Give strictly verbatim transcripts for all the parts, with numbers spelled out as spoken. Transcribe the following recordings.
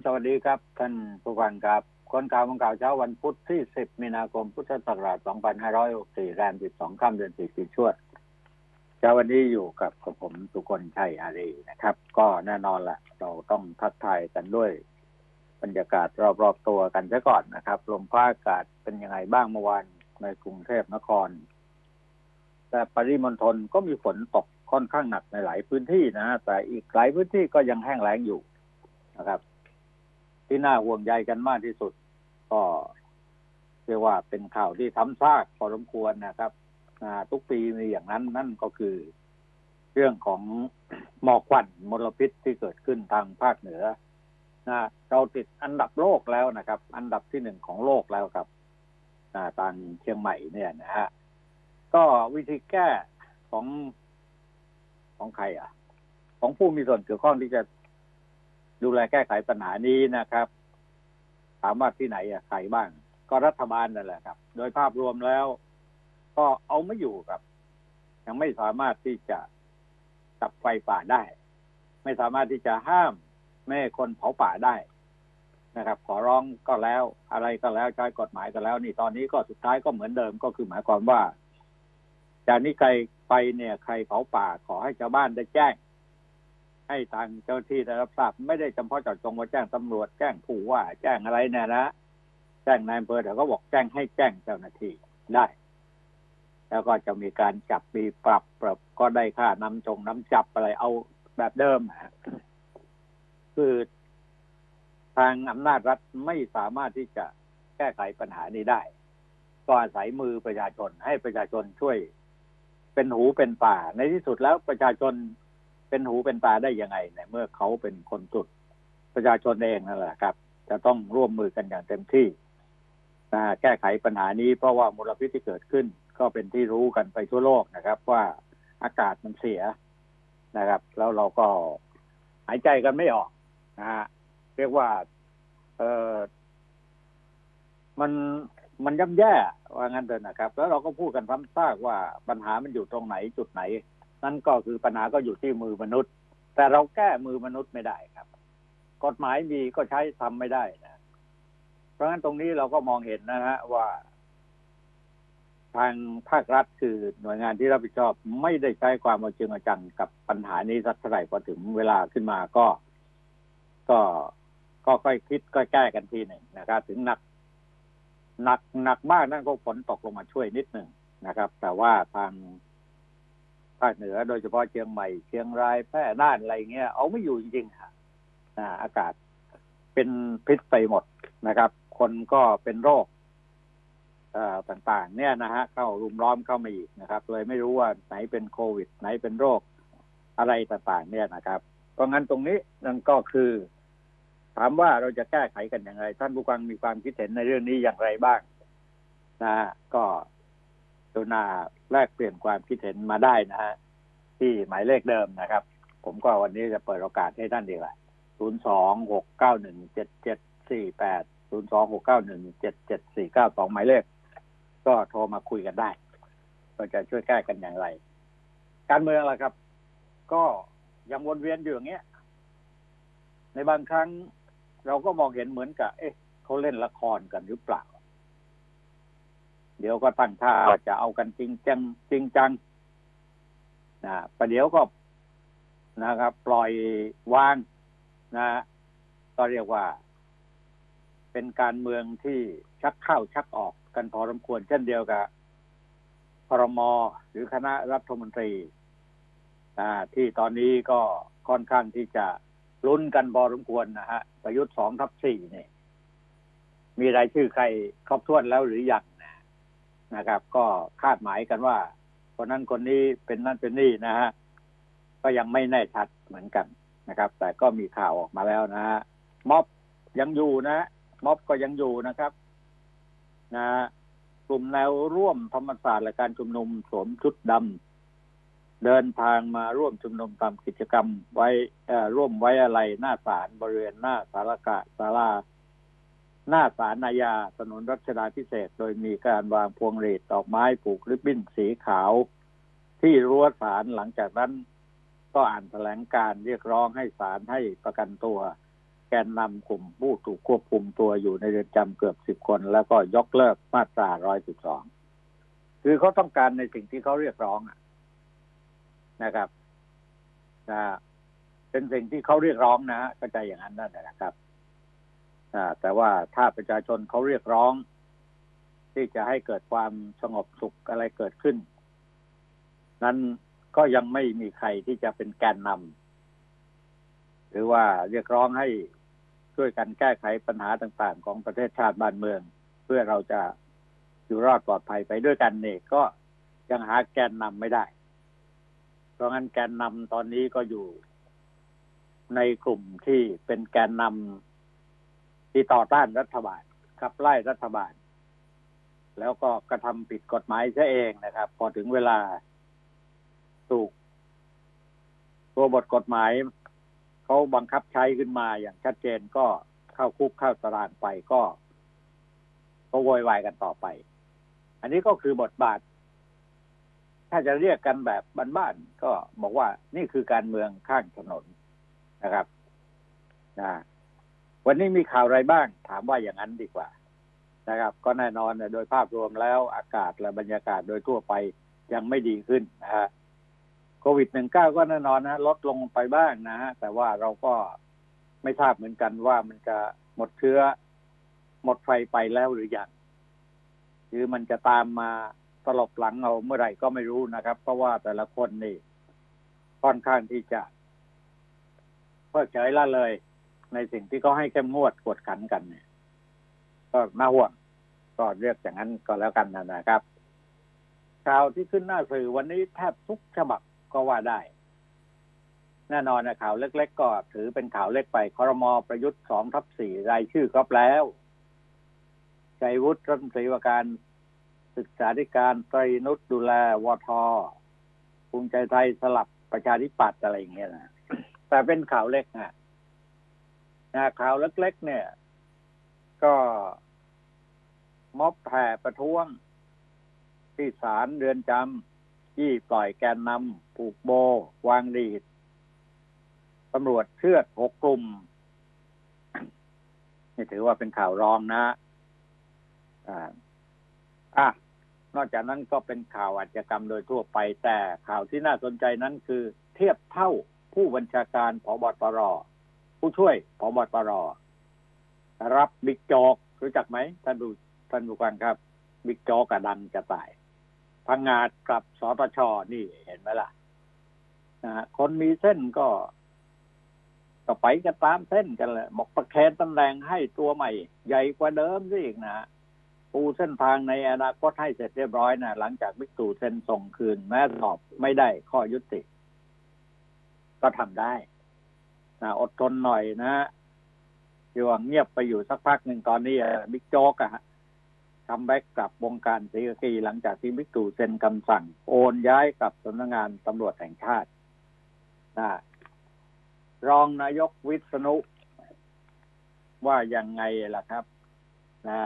สวัสดีครับท่านผู้ฟังครับคนข่าวของข่าวเช้าวันพุธที่สิบมีนาคมพุทธศักราชสองพันห้าร้อยหกสิบสี่แรมสิบสองค่ำเดือนสี่ปีชวดเช้าวันนี้อยู่กับผมสุคนชัยอารีนะครับก็แน่นอนละเราต้องทักทายกันด้วยบรรยากาศรอบๆตัวกันซะก่อนนะครับลมฟ้าอากาศเป็นยังไงบ้างเมื่อวานในกรุงเทพนครแต่ปริมณฑลก็มีฝนตกค่อนข้างหนักในหลายพื้นที่นะแต่อีกหลายพื้นที่ก็ยังแห้งแล้งอยู่นะครับที่น่าห่วงใยกันมากที่สุดก็เรียกว่าเป็นข่าวที่ซ้ำซากพอสมควรนะครับทุกปีมีอย่างนั้นนั่นก็คือเรื่องของหมอกควันมลพิษที่เกิดขึ้นทางภาคเหนือนะเราติดอันดับโลกแล้วนะครับอันดับที่หนึ่งของโลกแล้วครับทางเชียงใหม่เนี่ยนะฮะก็วิธีแก้ของของใครอ่ะของผู้มีส่วนเกี่ยวข้องที่จะดูแลแก้ไขปัญหานี้นะครับถามว่าที่ไหนอ่ะใครบ้างก็รัฐบาลนั่นแหละครับโดยภาพรวมแล้วก็เอาไม่อยู่ครับยังไม่สามารถที่จะดับไฟป่าได้ไม่สามารถที่จะห้ามไม่ให้คนเผาป่าได้นะครับขอร้องก็แล้วอะไรก็แล้วใช้กฎหมายก็แล้วนี่ตอนนี้ก็สุดท้ายก็เหมือนเดิมก็คือหมายความว่าจากนี้ใครไปเนี่ยใครเผาป่าขอให้ชาวบ้านได้แจ้งให้ทางเจ้าที่ได้รับทราบไม่ได้เฉพาะเจาะจงว่าแจ้งตำรวจแจ้งผู้ว่าแจ้งอะไรเนี่ยนะแจ้งนายอำเภอแต่ก็บอกแจ้งให้แจ้งเจ้าหน้าที่ได้แล้วก็จะมีการจับมีปรับปรับก็ได้ค่าน้ำจงน้ำจับอะไรเอาแบบเดิมคือทางอำนาจรัฐไม่สามารถที่จะแก้ไขปัญหานี้ได้ก็อาศัยมือประชาชนให้ประชาชนช่วยเป็นหูเป็นตาในที่สุดแล้วประชาชนเป็นหูเป็นตาได้ยังไงเนี่ยเมื่อเขาเป็นคนจุดประชาชนเองนั่นแหละครับจะต้องร่วมมือกันอย่างเต็มที่แก้ไขปัญหานี้เพราะว่ามลพิษที่เกิดขึ้นก็เป็นที่รู้กันไปทั่วโลกนะครับว่าอากาศมันเสียนะครับแล้วเราก็หายใจกันไม่ออกนะฮะเรียกว่าเออมันมันย่ำแย่ว่างั้นเถอะนะครับแล้วเราก็พูดกันซ้ำซากว่าปัญหามันอยู่ตรงไหนจุดไหนนั่นก็คือปัญหาก็อยู่ที่มือมนุษย์แต่เราแก้มือมนุษย์ไม่ได้ครับกฎหมายมีก็ใช้ทำไม่ได้นะเพราะฉะนั้นตรงนี้เราก็มองเห็นนะฮะว่าทางภาครัฐคือหน่วยงานที่รับผิดชอบไม่ได้ใช้ความเอาจริงเอาจังกับปัญหานี้สักเท่าไหร่พอถึงเวลาขึ้นมาก็ก็ก็ค่อยคิดก็แก้กันทีหนึ่งนะครับถึงหนักหนักหนักมากนั่นก็ฝนตกลงมาช่วยนิดหนึ่งนะครับแต่ว่าทางภาคเหนือโดยเฉพาะเชียงใหม่เชียงรายแพร่น่านอะไรเงี้ยเอาไม่อยู่จริงๆค่ะอากาศเป็นพิษไปหมดนะครับคนก็เป็นโรคต่างๆเนี่ยนะฮะเข้ารุมล้อมเข้ามาอีกนะครับเลยไม่รู้ว่าไหนเป็นโควิดไหนเป็นโรคอะไรต่างๆเนี่ยนะครับเพราะงั้นตรงนี้นั่นก็คือถามว่าเราจะแก้ไขกันอย่างไรท่านผู้ฟังมีความคิดเห็นในเรื่องนี้อย่างไรบ้างนะก็กรุณาแลกเปลี่ยนความคิดเห็นมาได้นะฮะที่หมายเลขเดิมนะครับผมก็วันนี้จะเปิดโอกาสให้ท่านดีกว่าศูนย์ สอง หก เก้า หนึ่ง เจ็ด เจ็ด สี่ แปด ศูนย์ สอง หก เก้า หนึ่ง เจ็ด เจ็ด สี่ เก้า สองหมายเลขก็โทรมาคุยกันได้ก็จะช่วยแก้กันอย่างไรการเมืองล่ะครับก็ยังวนเวียนอยู่อย่างเงี้ยในบางครั้งเราก็มองเห็นเหมือนกับเอ๊ะเขาเล่นละครกันหรือเปล่าเดี๋ยวก็ตั้งท่าจะเอากันจริงจังจริงจังนะประเดี๋ยวก็นะครับปล่อยวางนะก็เรียกว่าเป็นการเมืองที่ชักเข้าชักออกกันพอสมควรเช่นเดียวกับครม.หรือคณะรัฐมนตรีอ่าที่ตอนนี้ก็ค่อนข้างที่จะลุ้นกันพอสมควรนะฮะประยุทธ์ สองทับสี่ นี่มีรายชื่อใครครบถ้วนแล้วหรือยังนะครับก็คาดหมายกันว่าคนนั้นคนนี้เป็นนั่นเป็นนี่นะฮะก็ยังไม่แน่ชัดเหมือนกันนะครับแต่ก็มีข่าวออกมาแล้วนะฮะม็อบยังอยู่นะม็อบก็ยังอยู่นะครับนะกลุ่มแนวร่วมธรรมศาสตร์และการชุมนุมสวมชุดดำเดินทางมาร่วมชุมนุมตามกิจกรรมไว้ร่วมไว้อะไรหน้าศาลบริเวณหน้าศาลกะศาลาหน้าศาลอาญาถนนรัชดาภิเษกโดยมีการวางพวงหรีดดอกไม้ผูกริบบิ้นสีขาวที่รั้วศาลหลังจากนั้นก็อ่านแถลงการเรียกร้องให้ศาลให้ประกันตัวแกนนำกลุ่มผู้ถูกควบคุมตัวอยู่ในเรือนจำเกือบสิบคนแล้วก็ยกเลิกมาตราหนึ่งร้อยสิบสองคือเขาต้องการในสิ่งที่เขาเรียกร้องนะครับนะเป็นสิ่งที่เขาเรียกร้องนะเข้าใจอย่างนั้นนั่นแหละนะครับแต่ว่าถ้าประชาชนเขาเรียกร้องที่จะให้เกิดความสงบสุขอะไรเกิดขึ้นนั้นก็ยังไม่มีใครที่จะเป็นแกนนำหรือว่าเรียกร้องให้ช่วยกันแก้ไขปัญหาต่างๆของประเทศชาติบ้านเมืองเพื่อเราจะอยู่รอดปลอดภัยไปด้วยกันเนี่ยก็ยังหาแกนนำไม่ได้เพราะงั้นแกนนำตอนนี้ก็อยู่ในกลุ่มที่เป็นแกนนำที่ต่อต้านรัฐบาลขับไล่รัฐบาลแล้วก็กระทำผิดกฎหมายซะเองนะครับพอถึงเวลาถูกตัวบทกฎหมายเขาบังคับใช้ขึ้นมาอย่างชัดเจนก็เข้าคุกเข้าตารางไปก็ก็โวยวายกันต่อไปอันนี้ก็คือบทบาทถ้าจะเรียกกันแบบบ้านๆก็บอกว่านี่คือการเมืองข้างถนนนะครับนะวันนี้มีข่าวอะไรบ้างถามว่าอย่างนั้นดีกว่านะครับก็แน่นอนโดยภาพรวมแล้วอากาศและบรรยากาศโดยทั่วไปยังไม่ดีขึ้นนะฮะโควิด สิบเก้า ก็แน่นอนนะลดลงไปบ้างนะฮะแต่ว่าเราก็ไม่ทราบเหมือนกันว่ามันจะหมดเชื้อหมดไฟไปแล้วหรือยังหรือมันจะตามมาตลบหลังเอาเมื่อไหร่ก็ไม่รู้นะครับเพราะว่าแต่ละคนนี่ค่อนข้างที่จะเพิกเฉยละเลยในสิ่งที่เขาให้เข้มงวดกวดขันกันเนี่ยก็น่าห่วงก็เรียกอย่างนั้นก็แล้วกันนะครับข่าวที่ขึ้นหน้าสื่อวันนี้แทบทุกฉบับก็ว่าได้แน่นอนนะข่าวเล็กๆก็ถือเป็นข่าวเล็กไปครม.ประยุทธ์ สองทับสี่ รายชื่อครบแล้วชัยวุฒิรัฐมนตรีว่าการศึกษาธิการไตรนุชดูแลวท.ภูมิใจไทยสลับประชาธิปัตย์อะไรอย่างเงี้ยนะแต่เป็นข่าวเล็กนะนะข่าวเล็กๆเนี่ยก็ม็อบแห่ประท้วงที่ศาลเรือนจำที่ปล่อยแกนนำผูกโบวางดีดตำรวจเชือดหกกลุ่มนี่ถือว่าเป็นข่าวรองนะอ่าอ่ะนอกจากนั้นก็เป็นข่าวอาชญากรรมโดยทั่วไปแต่ข่าวที่น่าสนใจนั้นคือเทียบเท่าผู้บัญชาการผบตรผู้ช่วยผบตรรับบิ๊กโจ๊กรู้จักไหมท่านดูท่านผู้ฟังครับบิ๊กโจ๊กกระดังจะตายพังงาดกับสตช.นี่เห็นไหมล่ะนะคนมีเส้นก็ก็ไปกันตามเส้นกันแหละบอกประเคนตำแหน่งให้ตัวใหม่ใหญ่กว่าเดิมซะอีกนะปูเส้นทางในอนาคตให้เสร็จเรียบร้อยนะหลังจากบิ๊กตู่เซ็นส่งคืนแม้สอบไม่ได้ข้อยุติก็ทำได้นะอดทนหน่อยนะอยู่เงียบไปอยู่สักพักหนึ่งตอนนี้บิ๊กโจ๊กอะทำแบ็กกลับวงการศรีกากีหลังจากที่บิ๊กตู่เซ็นคำสั่งโอนย้ายกับสำนักงานตำรวจแห่งชาตินะรองนายกวิษณุว่ายังไงล่ะครับนะ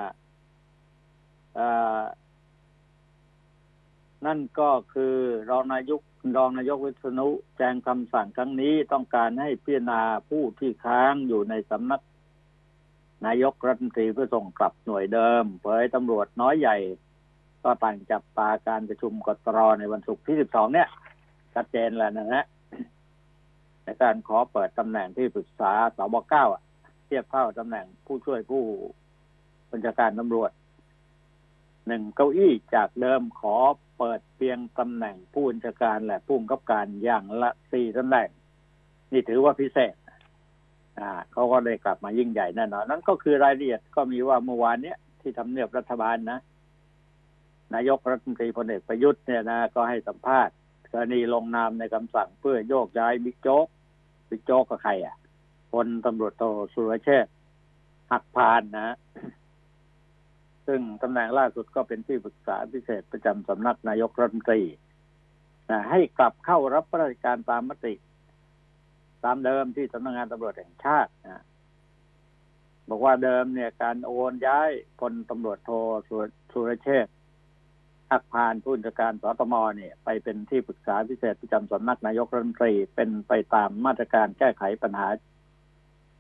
นั่นก็คือรองนายกรองนายกวิษณุแจ้งคำสั่งครั้งนี้ต้องการให้พิจารณาผู้ที่ค้างอยู่ในสำนักนายกรัฐมนตรีเพื่อส่งกลับหน่วยเดิมเผยตำรวจน้อยใหญ่ก็ต่างจับตาการประชุมกตรในวันศุกร์ที่สิบสองเนี่ยชัดเจนแล้วนะฮะในการขอเปิดตำแหน่งที่ปรึกษาสบเก้าเทียบเท่าตำแหน่งผู้ช่วยผู้บัญชาการตำรวจหนึ่งเก้าอี้จากเดิมขอเปิดเพียงตำแหน่งผู้บัญชาการและผู้กำกับการอย่างละสี่ตำแหน่งนี่ถือว่าพิเศษอ่าเขาก็ได้กลับมายิ่งใหญ่แน่นอนนั่นก็คือรายละเอียดก็มีว่าเมื่อวานเนี้ยที่ทำเนียบรัฐบาลนะนายกรัฐมนตรีพลเอกประยุทธ์เนี่ยนะก็ให้สัมภาษณ์กรณีลงนามในคำสั่งเพื่อโยกย้ายบิ๊กโจ๊กบิ๊กโจ๊กกับใครอ่ะพลตำรวจโทสุรเชษฐ์หักพานนะซึ่งตำแหน่งล่าสุดก็เป็นที่ปรึกษาพิเศษประจำสำนักนายกรัฐมนตรีนะให้กลับเข้ารับราชการตามมติตามเดิมที่สำนักงานตำรวจแห่งชาตินะบอกว่าเดิมเนี่ยการโอนย้ายพลตำรวจโทสุรเชษฐ์หักพานผู้บัญชาการสตมเนี่ยไปเป็นที่ปรึกษาพิเศษประจำสำนักนายกรัฐมนตรีเป็นไปตามมาตรการแก้ไขปัญหา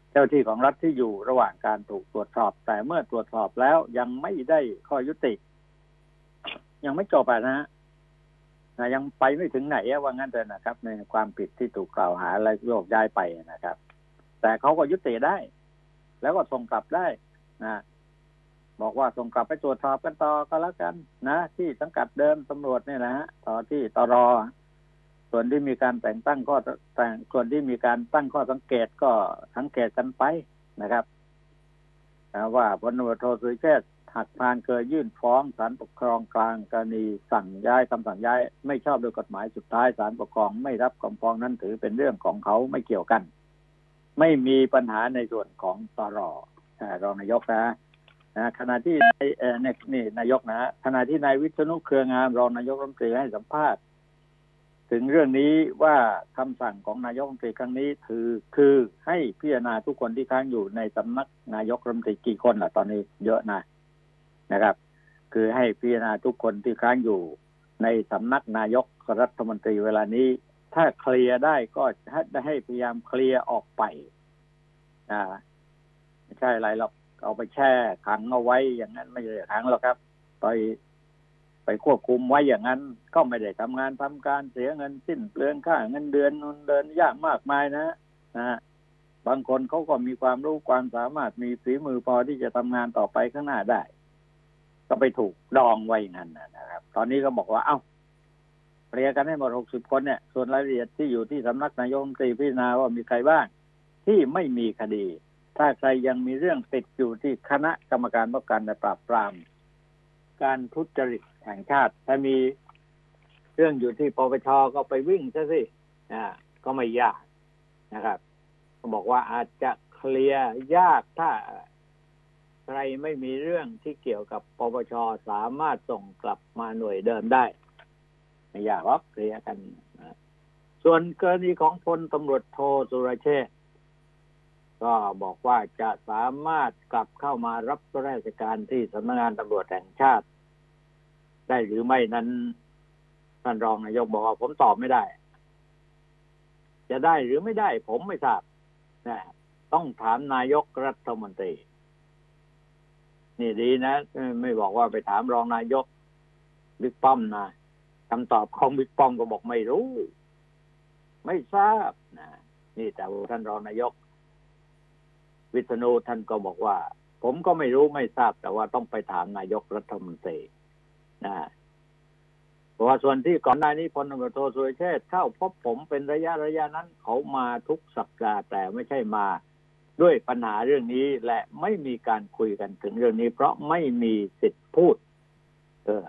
เจ้าที่ของรัฐที่อยู่ระหว่างการถูกตรวจสอบแต่เมื่อตรวจสอบแล้วยังไม่ได้ข้อยุติยังไม่จบนะฮะยังไปไม่ถึงไหนว่างั้นเลยนะครับในความผิดที่ถูกกล่าวหาและโยกย้ายไปนะครับแต่เขาก็ยุติได้แล้วก็ส่งกลับได้นะบอกว่าส่งกลับไปตรวจสอบกันต่อก็แล้วกันนะที่สังกัดเดิมตำรวจเนี่ยนะฮะต่อที่ตร.ส่วนที่มีการแต่งตั้งข้อแต่งส่วนที่มีการตั้งข้อสังเกตก็สังเกตกันไปนะครับว่าพลตำรวจโทสุรเชษฐ์หักพานเคยยื่นฟ้องศาลปกครองกลางกรณีสั่งย้ายคำสั่งย้ายไม่ชอบโดยกฎหมายสุดท้ายศาลปกครองไม่รับคำฟ้องนั้นถือเป็นเรื่องของเขาไม่เกี่ยวกันไม่มีปัญหาในส่วนของตร.รองนายกนะนะขณะที่เอ่อนี่นายกนะขณะที่นายวิษณุเครืองามรองนายกรัฐมนตรีให้สัมภาษณ์ถึงเรื่องนี้ว่าคำสั่งของนายกรัฐมนตรีครั้งนี้คือคือให้พิจารณาทุกคนที่ค้างอยู่ในสำนักนายกรัฐมนตรีกี่คนล่ะตอนนี้เยอะนะนะครับคือให้พิจารณาทุกคนที่ค้างอยู่ในสำนักนายกรัฐมนตรีเวลานี้ถ้าเคลียร์ได้ก็ให้ให้พยายามเคลียร์ออกไปอ่าไม่ใช่อะไรหรอกเอาไปแช่ขังเอาไว้อย่างนั้นไม่ใช่ขังหรอกครับไปไปควบคุมไว้อย่างนั้นก็ไม่ได้ทำงานทำการเสียเงินสิ้นเปลืองค่าเงินเดือนเดินยากมากมายนะนะบางคนเขาก็มีความรู้ความสามารถมีฝีมือพอที่จะทำงานต่อไปข้างหน้าได้ก็ไปถูกดองไว้อย่างนั้นนะครับตอนนี้ก็บอกว่าเอ้าเคลียร์กันให้หมดหกสิบคนเนี่ยส่วนรายละเอียดที่อยู่ที่สำนักนายกรัฐมนตรีพิจารณาว่ามีใครบ้างที่ไม่มีคดีถ้าใครยังมีเรื่องติดอยู่ที่คณะกรรมการป้องกันและปราบปรามการทุจริตแห่งชาติถ้ามีเรื่องอยู่ที่ปปช.ก็ไปวิ่งซะสิอ่าก็ไม่ยากนะครับเขาบอกว่าอาจจะเคลียร์ยากถ้าใครไม่มีเรื่องที่เกี่ยวกับปปช.สามารถส่งกลับมาหน่วยเดิมได้ไม่ยากหรอกเคลียร์กันนะส่วนกรณีของพลตำรวจโทสุรเชษฐ์ก็บอกว่าจะสามารถกลับเข้ามารับราชการที่สำนักงานตำรวจแห่งชาติได้หรือไม่นั้นท่านรองนายกบอกว่าผมตอบไม่ได้จะได้หรือไม่ได้ผมไม่ทราบนะต้องถามนายกรัฐมนตรีนี่ดีนะไม่บอกว่าไปถามรองนายกบิ๊กป้อมนะคำตอบของบิ๊กป้อมก็บอกไม่รู้ไม่ทราบนะนี่แต่ท่านรองนายกวิษณุท่านก็บอกว่าผมก็ไม่รู้ไม่ทราบแต่ว่าต้องไปถามนายกรัฐมนตรีนะเพราะว่าส่วนที่ก่อนหน้านี้พลตำรวจโทสุรเชษฐ์เข้าพบผมเป็นระยะระยะนั้นเขามาทุกสัปดาห์แต่ไม่ใช่มาด้วยปัญหาเรื่องนี้และไม่มีการคุยกันถึงเรื่องนี้เพราะไม่มีสิทธิ์พูดเออ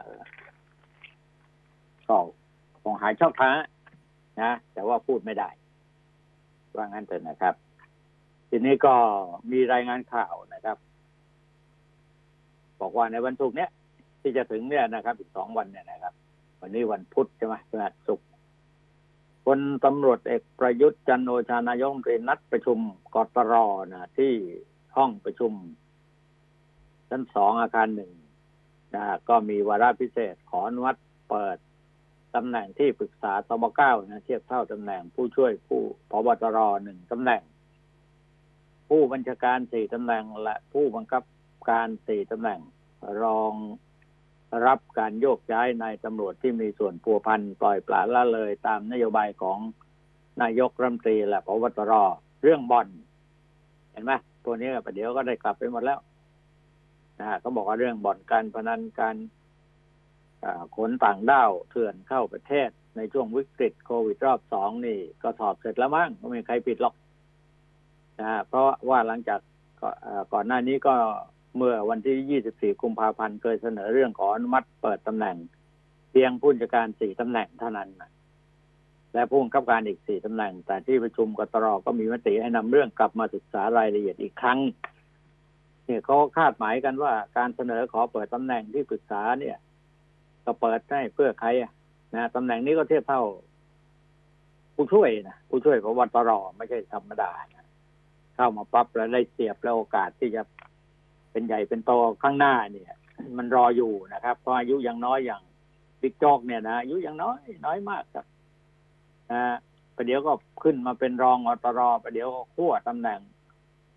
ก็คงหายช่องทางนะแต่ว่าพูดไม่ได้ว่างั้นเถอะนะครับทีนี้ก็มีรายงานข่าวนะครับบอกว่าในวันศุกร์เนี้ยที่จะถึงเนี่ยนะครับอีกสองวันเนี่ยนะครับวันนี้วันพุธใช่ไหมพฤหัสศุกร์พลตำรวจเอกประยุทธ์จันทร์โอชานายกรัฐมนตรีนัดประชุมกตร.นะที่ห้องประชุมชั้นสองอาคารหนึ่งนะก็มีวาระพิเศษขออนุมัติเปิดตำแหน่งที่ปรึกษาตบ.เก้านะเทียบเท่าตำแหน่งผู้ช่วยผู้ผบ.ตร.หนึ่งตำแหน่งผู้บัญชาการสี่ตำแหน่งและผู้บังคับการสี่ตำแหน่งรองรับการโยกย้ายนายตำรวจที่มีส่วนพัวพันปล่อยปละละเลยตามนโยบายของนายกรัฐมนตรีและผบ.ตร.เรื่องบ่อนเห็นไหมพวกนี้ประเดี๋ยวก็ได้กลับไปหมดแล้วนะฮะเขาบอกว่าเรื่องบ่อนการพนันการขนต่างด้าวเถื่อนเข้าประเทศในช่วงวิกฤตโควิดรอบสองนี่ก็สอบเสร็จแล้วมั้งไม่มีใครปิดหรอกนะเพราะว่าหลังจากก่อนหน้านี้ก็เมื่อวันที่ยี่สิบสี่กุมภาพันธ์เคยเสนอเรื่องขออนุมัติเปิดตำแหน่งเพียงผู้จัดการสี่ตำแหน่งเท่านั้นและผู้บังคับการอีกสี่ตำแหน่งแต่ที่ประชุมกตร.ก็มีมติให้นำเรื่องกลับมาศึกษารายละเอียดอีกครั้งเนี่ยเขาคาดหมายกันว่าการเสนอขอเปิดตำแหน่งที่ปรึกษาเนี่ยก็เปิดให้เพื่อใครนะตำแหน่งนี้ก็เทียบเท่าผู้ช่วยนะผู้ช่วยผบ.ตร.ไม่ใช่ธรรมดานะเข้ามาปั๊บแล้วได้เสียบแล้วโอกาสที่จะเป็นใหญ่เป็นโตข้างหน้าเนี่ยมันรออยู่นะครับเพราะอายุยังน้อยอย่างบิ๊กโจ๊กเนี่ยนะอายุยังน้อยน้อยมากครับนะประเดี๋ยวก็ขึ้นมาเป็นรองอตร.ประเดี๋ยวก็ขั้วตำแหน่ง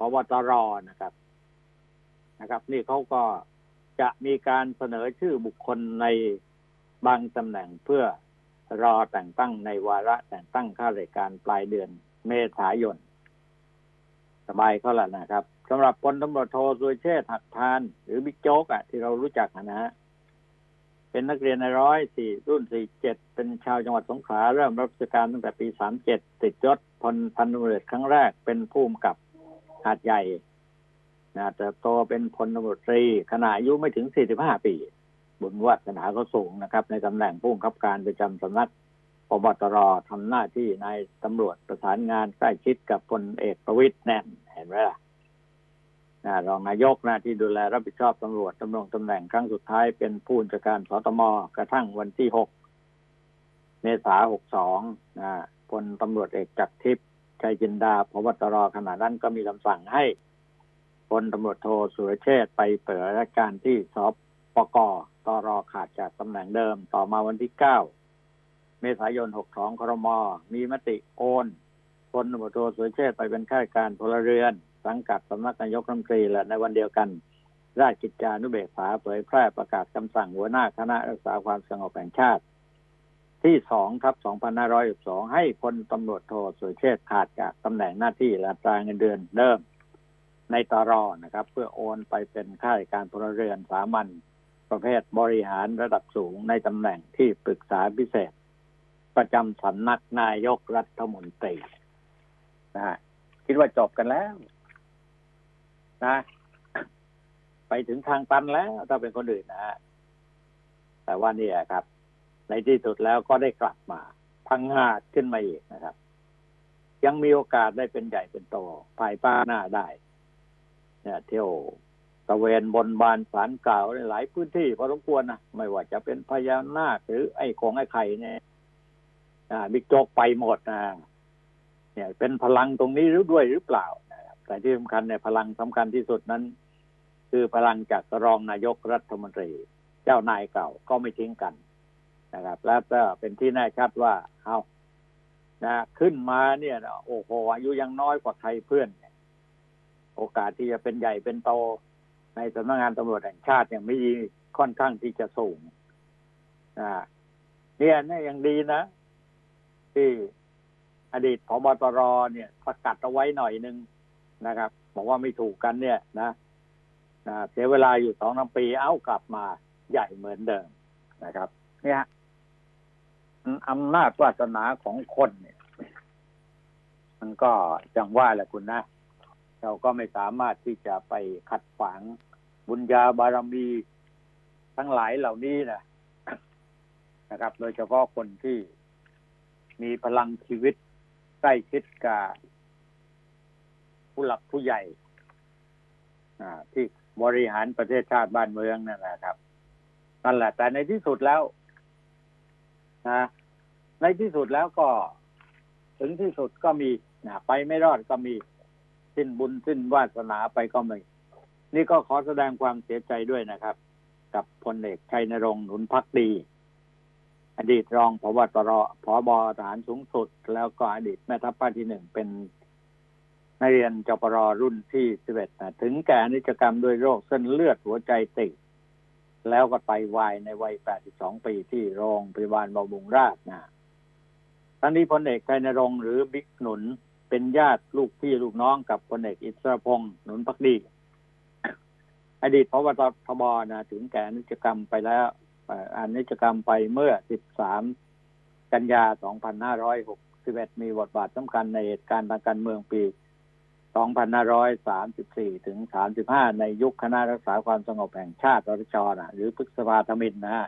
บตรนะครับนะครับนี่เขาก็จะมีการเสนอชื่อบุคคลในบางตำแหน่งเพื่อรอแต่งตั้งในวาระแต่งตั้งข้าราชการปลายเดือนเมษายนสบายเขาละนะครับสำหรับพลตำรวจโทสุรเชษฐ์หักพานหรือบิ๊กโจ๊กอ่ะที่เรารู้จักนะฮะเป็นนักเรียนในร้อยสี่รุ่นสี่เจ็ดเป็นชาวจังหวัดสงขลาเริ่มรับราชการตั้งแต่ปีสามเจ็ดติดยศพลพันตำรวจเอกครั้งแรกเป็นผู้กำกับหาดใหญ่นะแต่โตเป็นพลตำรวจตรีขณะอายุไม่ถึงสี่สิบห้าปีบุญวาสนาก็สูงนะครับในตำแหน่งผู้กำกับการประจำสำนักปบตรทำหน้าที่นายตำรวจประสานงานใกล้ชิดกับพลเอกประวิตรแน่นเห็นไหมล่ะรองนายกหน้าที่ดูแลรับผิดชอบตำรวจดำรงตำแหน่งครั้งสุดท้ายเป็นผู้บัญชาการสตมกระทั่งวันที่หกเมษายนหกสองนะพลตำรวจเอกจักรทิพย์ชัยจินดาพบตรขณะนั้นก็มีคำสั่งให้พลตำรวจโทสุรเชษฐ์ไปเปิดราชการที่สปก.ตร.ขาดจากตำแหน่งเดิมต่อมาวันที่เก้าเมษายนหกสองครม.มีมติโอนพลตำรวจโทสุรเชษฐ์ไปเป็นข้าราชการพลเรือนสังกัดสำนักนายกรัฐมนตรีและในวันเดียวกันราชกิจจานุเบกษาเผยแพร่ประกาศคำสั่งหัวหน้าคณะรักษาความสงบแห่งชาติที่สองทับสองพันห้าร้อยสิบสองให้พลตำรวจโทสุรเชษฐ์ขาดจากตำแหน่งหน้าที่และอัตราเงินเดือนเดิมในตร.นะครับเพื่อโอนไปเป็นข้าราชการพลเรือนสามัญประเภทบริหารระดับสูงในตำแหน่งที่ปรึกษาพิเศษประจำสำนักนายกรัฐมนตรีนะฮะคิดว่าจบกันแล้วนะไปถึงทางตันแล้วถ้าเป็นคนอื่นนะฮะแต่ว่านี่ครับในที่สุดแล้วก็ได้กลับมาพังงาดขึ้นมาอีกนะครับยังมีโอกาสได้เป็นใหญ่เป็นโตภายภาคหน้าได้เนี่ยเที่ยวตะเวนบนบานศาลกล่าวในหลายพื้นที่พอสมควรนะไม่ว่าจะเป็นพญานาคหรือไอ้ของไอ้ไข่เนี่ยอ่าบิ๊กโจ๊กไปหมดนะเนี่ยเป็นพลังตรงนี้หรือด้วยหรือเปล่านะครับแต่ที่สำคัญในพลังสำคัญที่สุดนั้นคือพลังจากรองนายกรัฐมนตรีเจ้านายเก่าก็ไม่ทิ้งกันนะครับแล้วก็เป็นที่แน่ชัดว่าเอานะขึ้นมาเนี่ยโอ้โหอายุยังน้อยกว่าใครเพื่อนโอกาสที่จะเป็นใหญ่เป็นโตในสำนักงานตำรวจแห่งชาติยังไม่ดีค่อนข้างที่จะสูงนะเนี่ยเนี่ยยังดีนะที่อดีตผบตรเนี่ยสกัดเอาไว้หน่อยนึงนะครับบอกว่าไม่ถูกกันเนี่ยนะนะเสียเวลาอยู่สองน้ำปีเอ้ากลับมาใหญ่เหมือนเดิมนะครับเนี่ยอำนาจวาสนาของคนเนี่ยมันก็จังว่าแหละคุณนะเราก็ไม่สามารถที่จะไปขัดขวางบุญญาบารมีทั้งหลายเหล่านี้นะนะครับโดยเฉพาะคนที่มีพลังชีวิตใกล้ชิดกับผู้หลักผู้ใหญ่ที่บริหารประเทศชาติบ้านเมืองนั่นแหละครับนั่นแหละแต่ในที่สุดแล้วนะในที่สุดแล้วก็ถึงที่สุดก็มีนะไปไม่รอดก็มีสิ้นบุญสิ้นวาสนาไปก็มีนี่ก็ขอแสดงความเสียใจด้วยนะครับกับพลเอกชัยนรงค์ หนุนภักดีอดีตรองผบตรผบทหารสูงสุดแล้วก็อดีตแม่ทัพภาคที่หนึ่งเป็นนักเรียนจปรรุ่นที่สิบเอ็ดถึงแก่อนิจกรรมด้วยโรคเส้นเลือดหัวใจตีบแล้วก็ไตวายในวัยแปดสิบสองปีที่โรงพยาบาลบำรุงราษฎร์นะท่านนี้พลเอกชัยนรงค์หรือบิ๊กหนุนเป็นญาติลูกพี่ลูกน้องกับพลเอกอิสรพงษ์ หนุนภักดีอดีตผบตรนะถึงแก่อนิจกรรมไปแล้วอนิจกรรมไปเมื่อสิบสามกันยายนสองพันห้าร้อยหกสิบเอ็ดมีบทบาทสำคัญในเหตุการณ์ทางการเมืองปีสองพันห้าร้อยสามสิบสี่ถึงสามสิบห้าในยุคคณะรักษาความสงบแห่งชาติรชนะหรือพฤษภาธมิฬนะฮะ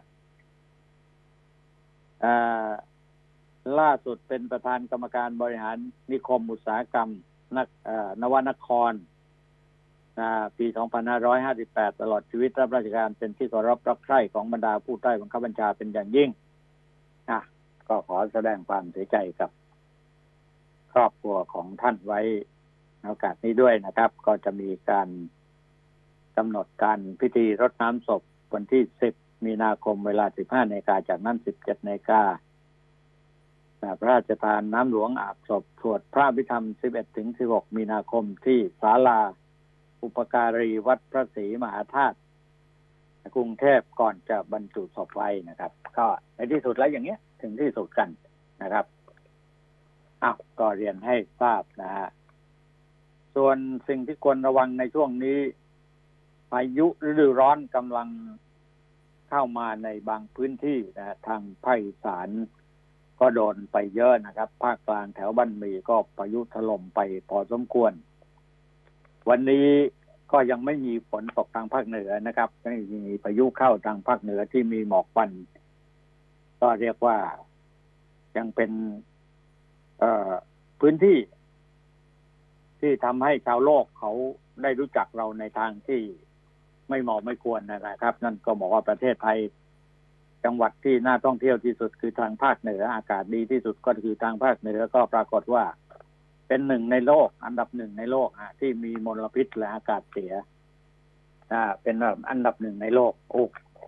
ล่าสุดเป็นประธานกรรมการบริหารนิคมอุตสาหกรรมนักนวนครปีสองพันห้าร้อยห้าสิบแปดตลอดชีวิตรับราชการเป็นที่เคารพรักใคร่ของบรรดาผู้ใต้บังคับบัญชาเป็นอย่างยิ่งนะก็ขอแสดงความเสียใจกับครอบครัวของท่านไว้ในโอกาสนี้ด้วยนะครับก็จะมีการกำหนดการพิธีรดน้ำศพวันที่สิบมีนาคมเวลาสิบห้านาฬิกาจากนั้นสิบเจ็ดนาฬิกาพระราชทานน้ำหลวงอาบศพสวดพระอภิธรรม สิบเอ็ดถึงสิบหก มีนาคมที่ศาลาอุปการีวัดพระศรีมหาธาตุกรุงเทพก่อนจะบรรจุศพไว้นะครับก็ในที่สุดแล้วอย่างเงี้ยถึงที่สุดกันนะครับอ้าวก็เรียนให้ทราบนะฮะส่วนสิ่งที่ควรระวังในช่วงนี้พายุฤดูร้อนกำลังเข้ามาในบางพื้นที่นะทางภาคอีสานก็โดนไปเยอะนะครับภาคกลางแถวบ้านหมี่ก็พายุถล่มไปพอสมควรวันนี้ก็ยังไม่มีฝนตกทางภาคเหนือนะครับไม่มีพายุเข้าทางภาคเหนือที่มีหมอกควันก็เรียกว่ายังเป็นเอ่อพื้นที่ที่ทำให้ชาวโลกเขาได้รู้จักเราในทางที่ไม่เหมาะไม่ควรนะครับนั่นก็บอกว่าประเทศไทยจังหวัดที่น่าท่องเที่ยวที่สุดคือทางภาคเหนืออากาศดีที่สุดก็คือทางภาคเหนือก็ปรากฏว่าเป็นหนึ่งในโลกอันดับหนึ่งในโลกอ่ะที่มีมลพิษและอากาศเสียอ่าเป็นอันดับหนึ่งในโลกโอ้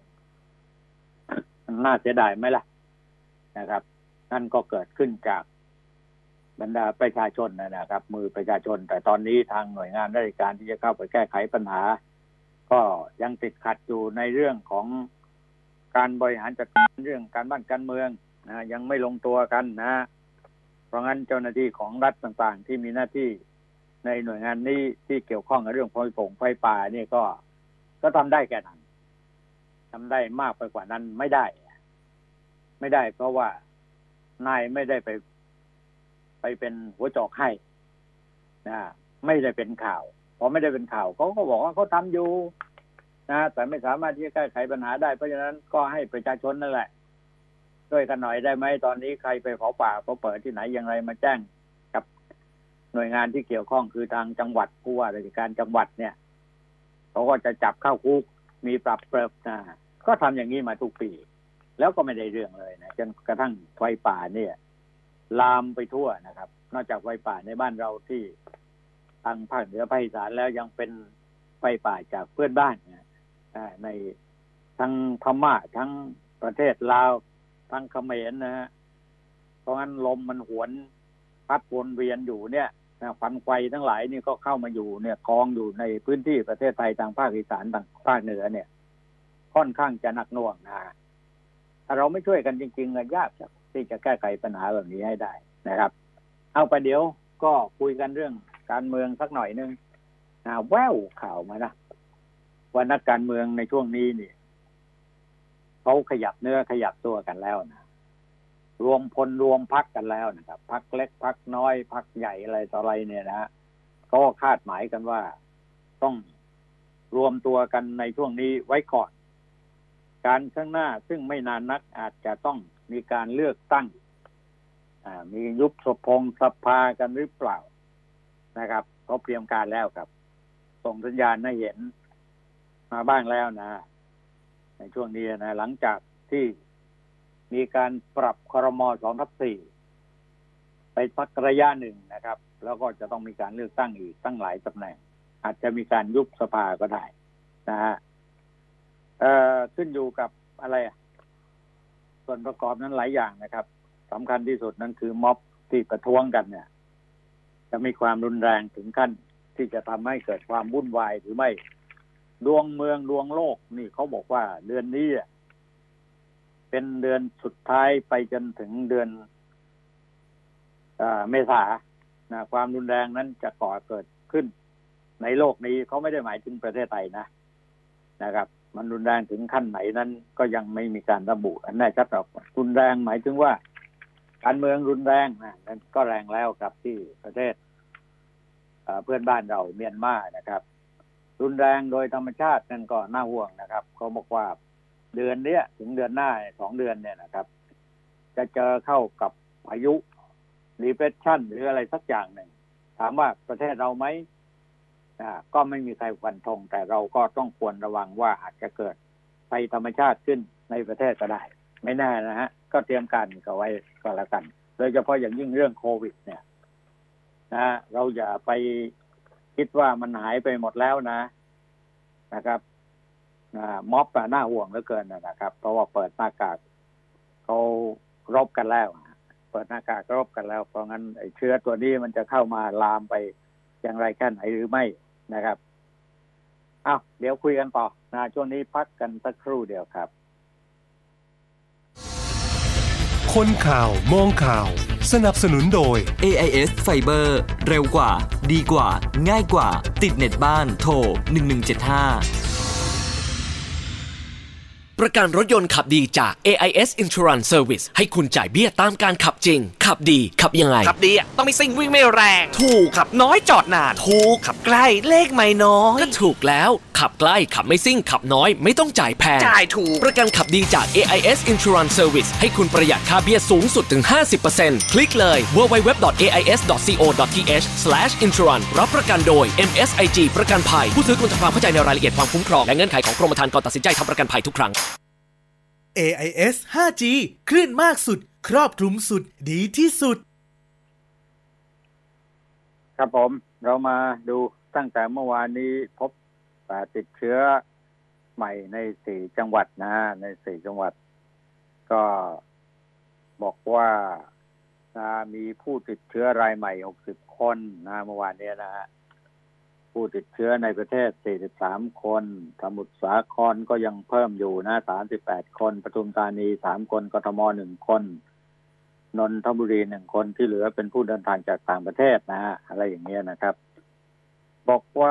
น่าเสียดายไหมล่ะนะครับนั่นก็เกิดขึ้นจากบรรดาประชาชนนะครับมือประชาชนแต่ตอนนี้ทางหน่วยงานราชการที่จะเข้าไปแก้ไขปัญหาก็ยังติดขัดอยู่ในเรื่องของการบริหารจัดการเรื่องการบ้านการเมืองนะยังไม่ลงตัวกันนะเพราะงั้นเจ้าหน้าที่ของรัฐต่างๆที่มีหน้าที่ในหน่วยงานนี้ที่เกี่ยวข้องกับเรื่องไฟป่งไฟป่านี่ก็ก็ทำได้แค่นั้นทำได้มากไปกว่านั้นไม่ได้ไม่ได้เพราะว่านายไม่ได้ไปไปเป็นหัวจอกให้นะไม่ได้เป็นข่าวพอไม่ได้เป็นข่าวเขาก็บอกว่าเขาทำอยู่นะแต่ไม่สามารถที่จะแก้ไขปัญหาได้เพราะฉะนั้นก็ให้ประชาชนนั่นแหละช่วยกันหน่อยได้ไหมตอนนี้ใครไปเผาป่าเผาเปิดที่ไหนอย่างไรมาแจ้งกับหน่วยงานที่เกี่ยวข้องคือทางจังหวัดผู้ว่าราชการจังหวัดเนี่ยเขาก็จะจับเข้าคุกมีปรับเปรบนะก็ทำอย่างนี้มาทุกปีแล้วก็ไม่ได้เรื่องเลยนะจนกระทั่งไฟป่าเนี่ยลามไปทั่วนะครับนอกจากไฟป่าในบ้านเราที่ทางภาคเหนือภาคอีสานแล้วยังเป็นไฟป่าจากเพื่อนบ้านนะในทั้งพม่าทั้งประเทศลาวทั้งเขมรนะฮะเพราะงั้นลมมันหวนพัดวนเวียนอยู่เนี่ยควันไฟทั้งหลายนี่ก็เข้ามาอยู่เนี่ยกองอยู่ในพื้นที่ประเทศไทยทางภาคอีสานทางภาคเหนือเนี่ยค่อนข้างจะหนักหน่วงนะถ้าเราไม่ช่วยกันจริงๆยากที่จะแก้ไขปัญหาแบบนี้ให้ได้นะครับเอาไปเดี๋ยวก็คุยกันเรื่องการเมืองสักหน่อยนึงนะแววข่าวมานะว่านักการเมืองในช่วงนี้นี่เขาขยับเนื้อขยับตัวกันแล้วนะรวมพลรวมพรรคกันแล้วนะครับพรรคเล็กพรรคน้อยพรรคใหญ่อะไรต่ออะไรเนี่ยนะเขาก็คาดหมายกันว่าต้องรวมตัวกันในช่วงนี้ไว้ก่อนการข้างหน้าซึ่งไม่นานนักอาจจะต้องมีการเลือกตั้งมียุบสภงสภากันหรือเปล่านะครับเขาเตรียมการแล้วครับส่งสัญญาณให้เห็นมาบ้างแล้วนะในช่วงนี้นะหลังจากที่มีการปรับครม.สองทับสี่ไปสักระยะหนึ่งนะครับแล้วก็จะต้องมีการเลือกตั้งอีกตั้งหลายตำแหน่งอาจจะมีการยุบสภาก็ได้นะฮะเอ่อขึ้นอยู่กับอะไรส่วนประกอบนั้นหลายอย่างนะครับสำคัญที่สุดนั่นคือม็อบที่ประท้วงกันเนี่ยจะมีความรุนแรงถึงขั้นที่จะทำให้เกิดความวุ่นวายหรือไม่ดวงเมืองดวงโลกนี่เขาบอกว่าเดือนนี้เป็นเดือนสุดท้ายไปจนถึงเดือนเมษานะความรุนแรงนั้นจะก่อเกิดขึ้นในโลกนี้เขาไม่ได้หมายถึงประเทศไทยนะนะครับมันรุนแรงถึงขั้นไหนนั้นก็ยังไม่มีการระบุอันแน่ชัดหรอกรุนแรงหมายถึงว่าการเมืองรุนแรงนะนั่นก็แรงแล้วครับที่ประเทศเพื่อนบ้านเราเมียนมานะครับรุนแรงโดยธรรมชาตินั่นก็น่าห่วงนะครับเขาบอกว่าเดือนนี้ถึงเดือนหน้าสองเดือนเนี่ยนะครับจะเจอเข้ากับพายุดีเพรสชั่นหรืออะไรสักอย่างหนึ่งถามว่าประเทศเราไหมอ่าก็ไม่มีใครฟันธงแต่เราก็ต้องควรระวังว่าอาจจะเกิดภัยธรรมชาติขึ้นในประเทศก็ได้ไม่แน่นะฮะก็เตรียมการกันไว้ก็แล้วกันโดยเฉพาะอย่างยิ่งเรื่องโควิดเนี่ยนะเราอย่าไปคิดว่ามันหายไปหมดแล้วนะนะครับม็อบน่าห่วงเหลือเกินนะครับเพราะว่าเปิดหน้ากากเขารบกันแล้วเปิปิดหน้ากากรบกันแล้วเพราะงั้นไอ้เชื้อตัวนี้มันจะเข้ามาลามไปอย่างไรแค่ไหนหรือไม่นะครับอ้าวเดี๋ยวคุยกันต่อนะช่วงนี้พักกันสักครู่เดียวครับคนข่าวมองข่าวสนับสนุนโดยเอ ไอ เอส Fiber เร็วกว่าดีกว่าง่ายกว่าติดเน็ตบ้านโทรหนึ่งหนึ่งเจ็ดห้าประกันรถยนต์ขับดีจาก เอ ไอ เอส Insurance Service ให้คุณจ่ายเบี้ยตามการขับจริงขับดีขับยังไงขับดีอ่ะต้องไม่ซิ่งวิ่งไม่แรงถูกขับน้อยจอดนานถูกขับใกล้เลขไม่น้อยก็ถูกแล้วขับใกล้ขับไม่ซิ่งขับน้อยไม่ต้องจ่ายแพงจ่ายถูกประกันขับดีจาก เอ ไอ เอส Insurance Service ให้คุณประหยัดค่าเบี้ยสูงสุดถึง ห้าสิบเปอร์เซ็นต์ คลิกเลย ดับเบิลยู ดับเบิลยู ดับเบิลยู ดอท เอ ไอ เอส ดอท ซี โอ ดอท ที เอช สแลช อินชัวรันซ์ รับประกันโดย เอ็ม เอส ไอ จี ประกันภัยผู้ซื้อควรทำความเข้าใจในรายละเอียดความคุ้มครองและเงื่อนไขของกรมธรรม์ก่อนตัดสินใจทำประกันภัยทุกครั้งเอ ไอ เอส ห้าจี คลื่นมากสุดครอบคลุมสุดดีที่สุดครับผมเรามาดูตั้งแต่เมื่อวานนี้พบติดเชื้อใหม่ในสี่จังหวัดนะในสี่จังหวัดก็บอกว่ามีผู้ติดเชื้อรายใหม่หกสิบคนนะเมื่อวานนี้นะฮะผู้ติดเชื้อในประเทศสี่สิบสามคนสมุทรสาครก็ยังเพิ่มอยู่นะสามสิบแปดคนปทุมธานีสามคนกทมหนึ่งคนนนทบุรีหนึ่งคนที่เหลือเป็นผู้เดินทางจากต่างประเทศนะฮะอะไรอย่างเงี้ยนะครับบอกว่า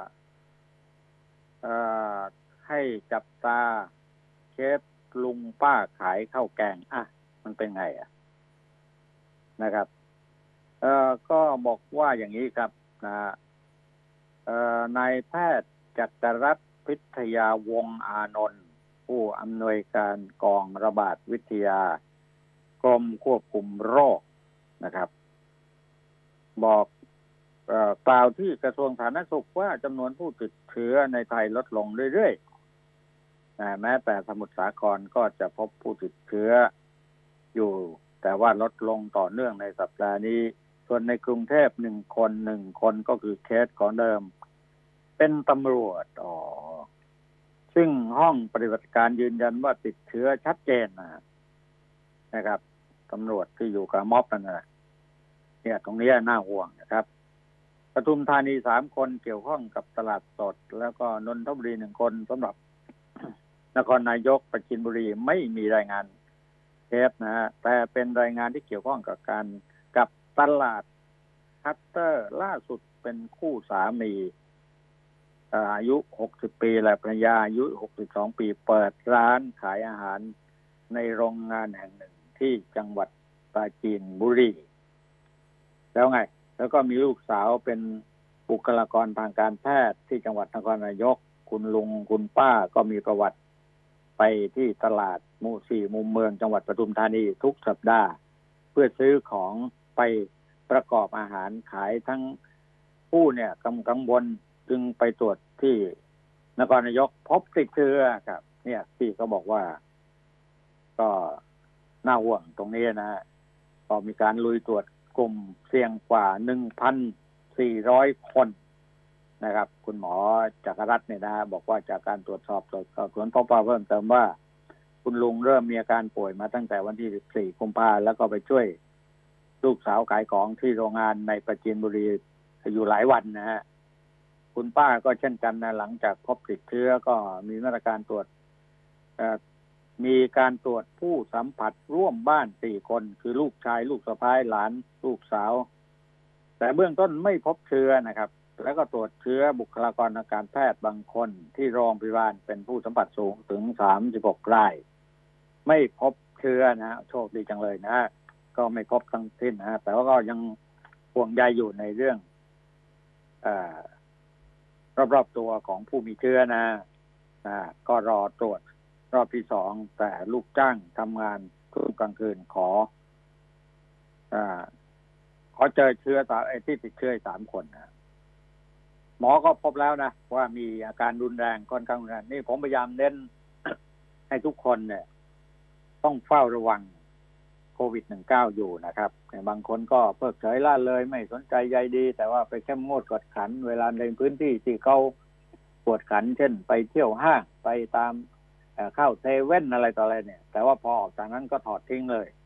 เอ่อให้จับตาเคสลุงป้าขายข้าวแกงอ่ะมันเป็นไงอ่ะนะครับเอ่อก็บอกว่าอย่างนี้ครับนะนายแพทย์จักรรัตน์พิทยาวงศ์อานนท์ผู้อำนวยการกองระบาดวิทยากรมควบคุมโรคนะครับบอกเอ่อกล่าวที่กระทรวงสาธารณสุขว่าจำนวนผู้ติดเชื้อในไทยลดลงเรื่อยๆแม้แต่สมุทรสาครก็จะพบผู้ติดเชื้ออยู่แต่ว่าลดลงต่อเนื่องในสัปดาห์นี้ส่วนในกรุงเทพหนึ่งคนหนึ่งคนก็คือเคสของเดิมเป็นตำรวจอ๋อซึ่งห้องปฏิบัติการยืนยันว่าติดเชื้อชัดเจนนะนะครับตำรวจที่อยู่กับม็อบนั่นนะเนี่ยตรงนี้น่าห่วงนะครับปทุมธานีสามคนเกี่ยวข้องกับตลาดสดแล้วก็นนทบุรีหนึ่งคนสำหรับ นครนายกปราจีนบุรีไม่มีรายงานเคสนะฮะแต่เป็นรายงานที่เกี่ยวข้องกับการกับตลาดคัตเตอร์ล่าสุดเป็นคู่สามีอายุหกสิบปีและภรรยาอายุหกสิบสองปีเปิดร้านขายอาหารในโรงงานแห่งหนึ่งที่จังหวัดปราจีนบุรีแล้วไงแล้วก็มีลูกสาวเป็นบุคลากรทางการแพทย์ที่จังหวัดนครนายกคุณลุงคุณป้าก็มีประวัติไปที่ตลาดหมู่สี่มุมเมืองจังหวัดปทุมธานีทุกสัปดาห์เพื่อซื้อของไปประกอบอาหารขายทั้งผู้เนี่ยกังวลจึงไปตรวจที่นครนายกพบติดเชื้อครับเนี่ยที่เขาบอกว่าก็น่าห่วงตรงนี้นะก็มีการลุยตรวจกลุ่มเสี่ยงกว่า หนึ่งพันสี่ร้อย คนนะครับคุณหมอจักรรัตน์เนี่ยนะบอกว่าจากการตรวจสอบสอบสวนพบเพิ่มเติมว่าคุณลุงเริ่มมีอาการป่วยมาตั้งแต่วันที่สิบสี่กุมภาพันธ์แล้วก็ไปช่วยลูกสาวขายของที่โรงงานในปราจีนบุรีอยู่หลายวันนะฮะคุณป้าก็เช่นกันนะหลังจากพบติดเชื้อก็มีมาตรการตรวจมีการตรวจผู้สัมผัสร่วมบ้านสี่คนคือลูกชายลูกสะใภ้หลานลูกสาวแต่เบื้องต้นไม่พบเชื้อนะครับแล้วก็ตรวจเชื้อบุคลากรทางการแพทย์บางคนที่โรงพยาบาลเป็นผู้สัมผัสสูงถึงสามสิบหกรายไม่พบเชื้อนะโชคดีจังเลยนะก็ไม่พบทั้งสิ้นนะแต่ว่าก็ยังห่วงใยอยู่ในเรื่องเอ่อรอบๆตัวของผู้มีเชื้อนะนะก็รอตรวจรอบที่สองแต่ลูกจ้างทำงานทุกกลางคืนขออ่าขอเจอเชื้อสารไอ้ที่ติดเชื้อสามคนนะหมอก็พบแล้วนะว่ามีอาการรุนแรงค่อนข้างรุนแรงนี่ผมพยายามเน้น ให้ทุกคนเนี่ยต้องเฝ้าระวังโควิด สิบเก้า อยู่นะครับบางคนก็เพิกเฉยล่าเลยไม่สนใจใยดีแต่ว่าไปเข้มงวดกวดขันเวลาในพื้นที่ที่เขากวดขันเช่นไปเที่ยวห้างไปตามเข้าเซเว่นอะไรต่ออะไรเนี่ยแต่ว่าพอออกจากนั้นก็ถอดทิ้งเลย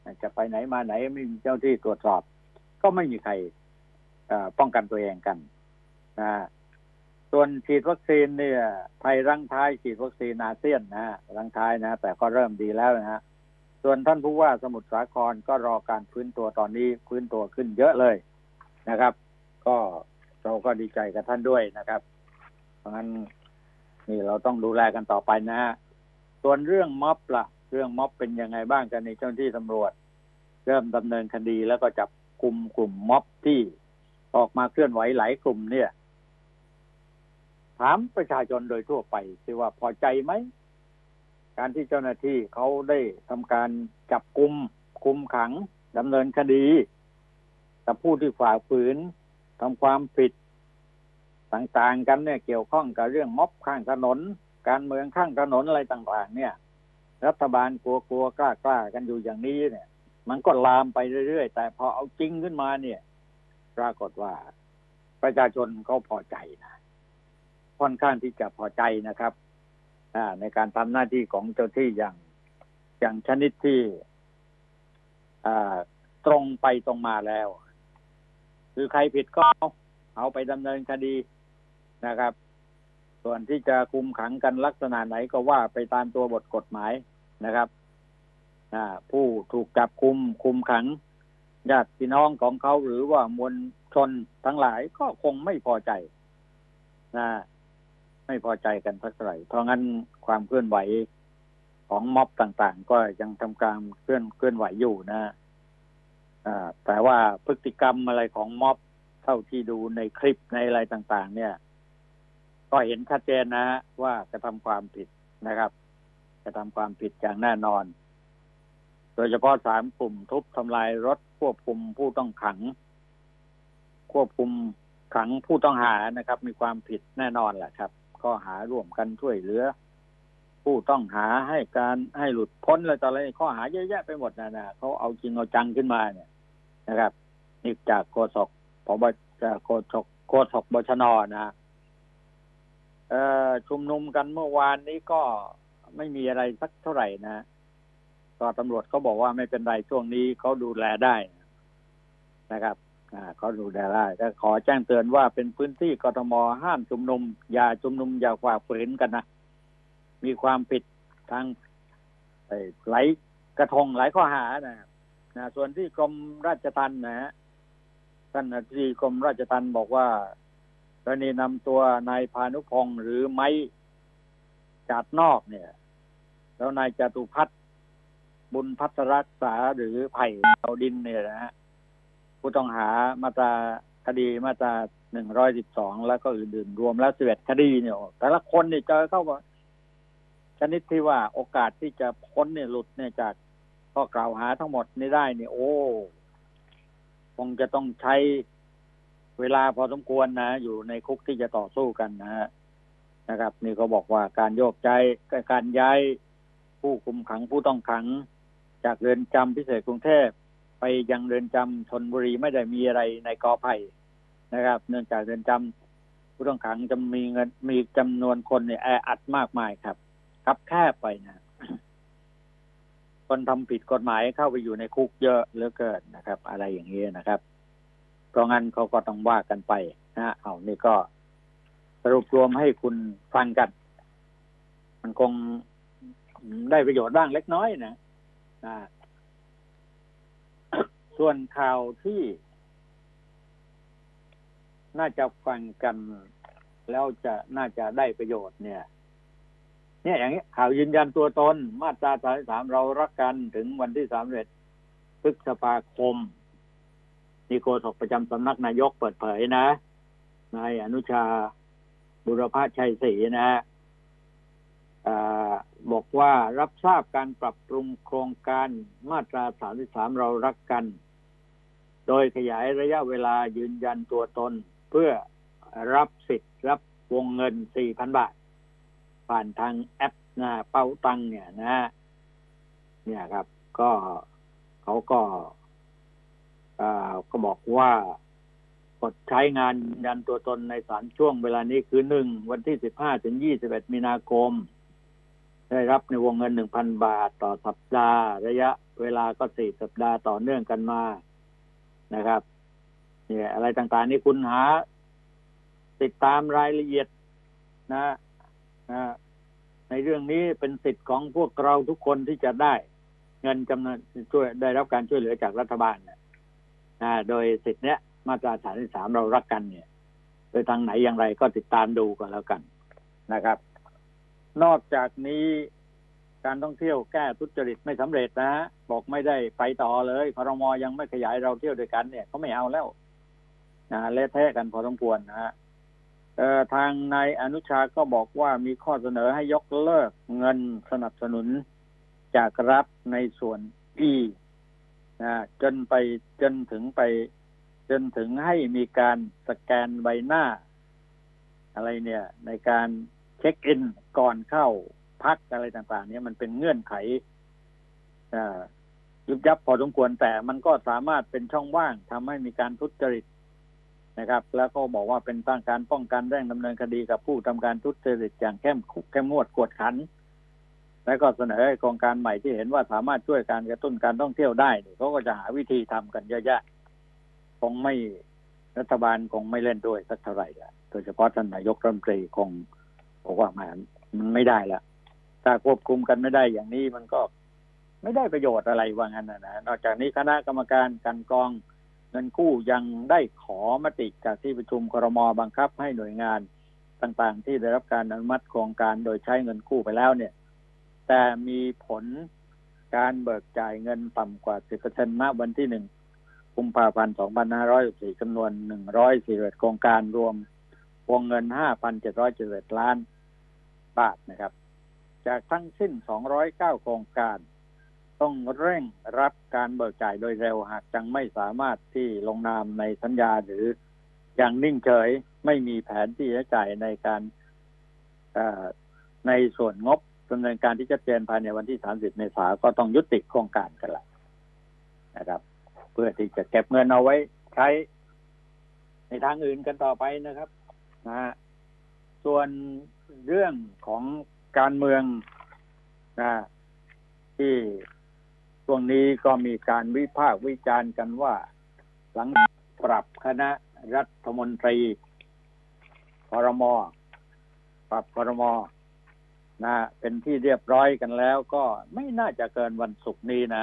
จะไปไหนมาไหนไม่มีเจ้าที่ตรวจสอบก็ไม่มีใครป้องกันตัวเองกันนะส่วนฉีดวัคซีนเนี่ยไทยรั้งท้ายฉีดวัคซีนอาเซียนนะรั้งท้ายนะแต่ก็เริ่มดีแล้วนะฮะส่วนท่านผู้ว่าสมุทรสาครก็รอการฟื้นตัวตอนนี้ฟื้นตัวขึ้นเยอะเลยนะครับก็เราก็ดีใจกับท่านด้วยนะครับเพราะงั้นนี่เราต้องดูแลกันต่อไปนะฮะส่วนเรื่องม็อบล่ะเรื่องม็อบเป็นยังไงบ้างกันในเจ้าหน้าที่ตำรวจเริ่มดำเนินคดีแล้วก็จับกลุ่มกลุ่มม็อบที่ออกมาเคลื่อนไหวหลายกลุ่มเนี่ยถามประชาชนโดยทั่วไปสิว่าพอใจไหมการที่เจ้าหน้าที่เขาได้ทำการจับกุมคุมขังดำเนินคดีกับผู้ที่ฝ่าฝืนทำความผิดต่างๆกันเนี่ยเกี่ยวข้องกับเรื่องม็อบข้างถนนการเมืองข้างถนนอะไรต่างๆเนี่ยรัฐบาลกลัวๆกล้าๆกันอยู่อย่างนี้เนี่ยมันก็ลามไปเรื่อยๆแต่พอเอาจริงขึ้นมาเนี่ยปรากฏว่าประชาชนเขาพอใจนะค่อนข้างที่จะพอใจนะครับในการทำหน้าที่ของเจ้าที่อย่างอย่างชนิดที่ตรงไปตรงมาแล้วคือใครผิดก็เอาไปดำเนินคดีนะครับส่วนที่จะคุมขังกันลักษณะไหนก็ว่าไปตามตัวบทกฎหมายนะครับผู้ถูกจับคุมคุมขังญาติพี่น้องของเขาหรือว่ามวลชนทั้งหลายก็คงไม่พอใจนะไม่พอใจกันสักเท่าไหร่เพราะงั้นความเคลื่อนไหวของม็อบต่างๆก็ยังทำการเคลื่อนเคลื่อนไหวอยู่นะแต่ว่าพฤติกรรมอะไรของม็อบเท่าที่ดูในคลิปในอะไรต่างๆเนี่ยก็เห็นชัดเจนนะว่ากระทำความผิดนะครับกระทำความผิดอย่างแน่นอนโดยเฉพาะสามกลุ่มทุบทำลายรถควบคุมผู้ต้องขังควบคุมขังผู้ต้องหานะครับมีความผิดแน่นอนแหละครับข้อหาร่วมกันช่วยเหลือผู้ต้องหาให้การให้หลุดพ้นอะไรต่ออะไรข้อหาเยอะแยะไปหมดนะนะเขาเอาจริงเอาจังขึ้นมาเนี่ยนะครับนี่จากโฆษกผบจากโฆษกโฆษกบชน.นะเอ่อชุมนุมกันเมื่อวานนี้ก็ไม่มีอะไรสักเท่าไหร่นะก็ตำรวจเขาบอกว่าไม่เป็นไรช่วงนี้เขาดูแลได้นะครับอ่าเขาดูแลได้แต่ขอแจ้งเตือนว่าเป็นพื้นที่กทม.ห้ามชุมนุมอย่าชุมนุมอย่าฝ่าฝืนกันนะมีความผิดทางหลายกระทงหลายข้อหานะนะส่วนที่กรมราชทัณฑ์นะฮะท่านอธิบดีกรมราชทัณฑ์บอกว่ากรณีนำตัวนายพานุพงษ์หรือไม้จาดนอกเนี่ยแล้วนายจตุพัฒน์บุญพัฒรักษาหรือไผ่เตาดินเนี่ยนะฮะผู้ต้องหามาตราคดีมาตราหนึ่งร้อยสิบสองแล้วก็อื่นๆรวมแล้วสิบเอ็ดคดีเนี่ยแต่ละคนนี่เจอเข้าว่าชนิดที่ว่าโอกาสที่จะพ้นเนี่ยหลุดเนี่ยจากข้อกล่าวหาทั้งหมดนี่ได้เนี่ยโอ้คงจะต้องใช้เวลาพอสมควรนะอยู่ในคุกที่จะต่อสู้กันนะฮะนะครับนี่เขาบอกว่าการโยกย้ายการย้ายผู้คุมขังผู้ต้องขังจากเรือนจำพิเศษกรุงเทพไปยังเรือนจำชลบุรีไม่ได้มีอะไรในกอไผ่นะครับเนื่องจากเรือนจำผู้ต้องขังจะมีเงินมีจำนวนคนเนี่ยแออัดมากมายครับคับแคบไปนะคนทำผิดกฎหมายเข้าไปอยู่ในคุกเยอะเหลือเกินนะครับอะไรอย่างนี้นะครับเพราะงั้นเขาก็ต้องว่ากันไปนะเอานี่ก็สรุปรวมให้คุณฟังกันมันคงได้ประโยชน์บ้างเล็กน้อยนะนะส่วนข่าวที่น่าจะฟังกันแล้วจะน่าจะได้ประโยชน์เนี่ยเนี่ยอย่างนี้ข่าวยืนยันตัวตนมาตราสามสิบสามเรารักกันถึงวันที่สามสิบเอ็ดพฤษภาคมนี่โฆษกประจำสำนักนายกเปิดเผยนะนายอนุชาบุรพชัยศรีนะฮะบอกว่ารับทราบการปรับปรุงโครงการมาตราสามสิบสามเรารักกันโดยขยายระยะเวลายืนยันตัวตนเพื่อรับสิทธิ์รับวงเงิน สี่พัน บาทผ่านทางแอปนะเป๋าตังเนี่ยนะเนี่ยครับก็เขาก็ก็บอกว่ากดใช้งานยืนยันตัวตนในสามช่วงเวลานี้คือหนึ่งวันที่สิบห้าถึงยี่สิบเอ็ดมีนาคมได้รับในวงเงิน หนึ่งพัน บาทต่อสัปดาห์ระยะเวลาก็สี่สัปดาห์ต่อเนื่องกันมานะครับเนี่ยอะไรต่างๆนี่คุณหาติดตามรายละเอียดนะนะในเรื่องนี้เป็นสิทธิ์ของพวกเราทุกคนที่จะได้เงินจำนวนช่วยได้รับการช่วยเหลือจากรัฐบาลนะโดยสิทธิ์เนี้ยมาตราสามสิบสามเรารักกันเนี่ยโดยทางไหนอย่างไรก็ติดตามดูกันแล้วกันนะครับนอกจากนี้การท่องเที่ยวแก้ทุจริตไม่สำเร็จนะบอกไม่ได้ไปต่อเลยครม.ยังไม่ขยายเราเที่ยวด้วยกันเนี่ยเขาไม่เอาแล้วนะเละเทะกันพอสมควรนะฮะเอ่อทางนายอนุชาก็บอกว่ามีข้อเสนอให้ยกเลิกเงินสนับสนุนจากรัฐในส่วน E นะจนไปจนถึงไปจนถึงให้มีการสแกนใบหน้าอะไรเนี่ยในการเช็คอินก่อนเข้าพักอะไรต่างๆเนี่ยมันเป็นเงื่อนไขอ่ายุบยับพอสมควรแต่มันก็สามารถเป็นช่องว่างทำให้มีการทุจริตนะครับแล้วก็บอกว่าเป็นตั้งการป้องกันเร่งดำเนินคดีกับผู้ทำการทุจริตอย่างเข้มขุกเข้มงวดกวดขันและก็เสนอโครงการใหม่ที่เห็นว่าสามารถช่วยการกระตุ้นการท่องเที่ยวได้เขาก็จะหาวิธีทำกันเยอะแยะคงไม่รัฐบาลคงไม่เล่นด้วยสักเท่าไหร่ละโดยเฉพาะท่านนายกรัฐมนตรีคงบอกว่ามันมันไม่ได้ละถ้าควบคุมกันไม่ได้อย่างนี้มันก็ไม่ได้ประโยชน์อะไรว่างั้นนะนะนอกจากนี้คณะกรรมการกันกองเงินกู้ยังได้ขอมติจากที่ประชุมครม.บังคับให้หน่วยงานต่างๆที่ได้รับการอนุมัติโครงการโดยใช้เงินกู้ไปแล้วเนี่ยแต่มีผลการเบิกจ่ายเงินต่ำกว่า สิบเปอร์เซ็นต์ ณ วันที่หนึ่งกุมภาพันธ์สองพันห้าร้อยสิบสี่จำนวนหนึ่งร้อยสี่สิบเอ็ดโครงการรวมวงเงิน ห้าพันเจ็ดร้อยเจ็ดสิบเอ็ด ล้านบาทนะครับจากทั้งสิ้นสองร้อยเก้าโครงการต้องเร่งรับการเบิกจ่ายโดยเร็วหากยังไม่สามารถที่ลงนามในสัญญาหรือยังนิ่งเฉยไม่มีแผนที่จะจ่ายในการในส่วนงบดำเนินการที่ชัดเจนภายในวันที่สามสิบเมษายนก็ต้องยุติโครงการกันละนะครับเพื่อที่จะเก็บเงินเอาไว้ใช้ในทางอื่นกันต่อไปนะครับนะฮะส่วนเรื่องของการเมืองนะที่ช่วงนี้ก็มีการวิพากษ์วิจารณ์กันว่าหลังปรับคณะรัฐมนตรีครม.ปรับครม.นะเป็นที่เรียบร้อยกันแล้วก็ไม่น่าจะเกินวันศุกร์นี้นะ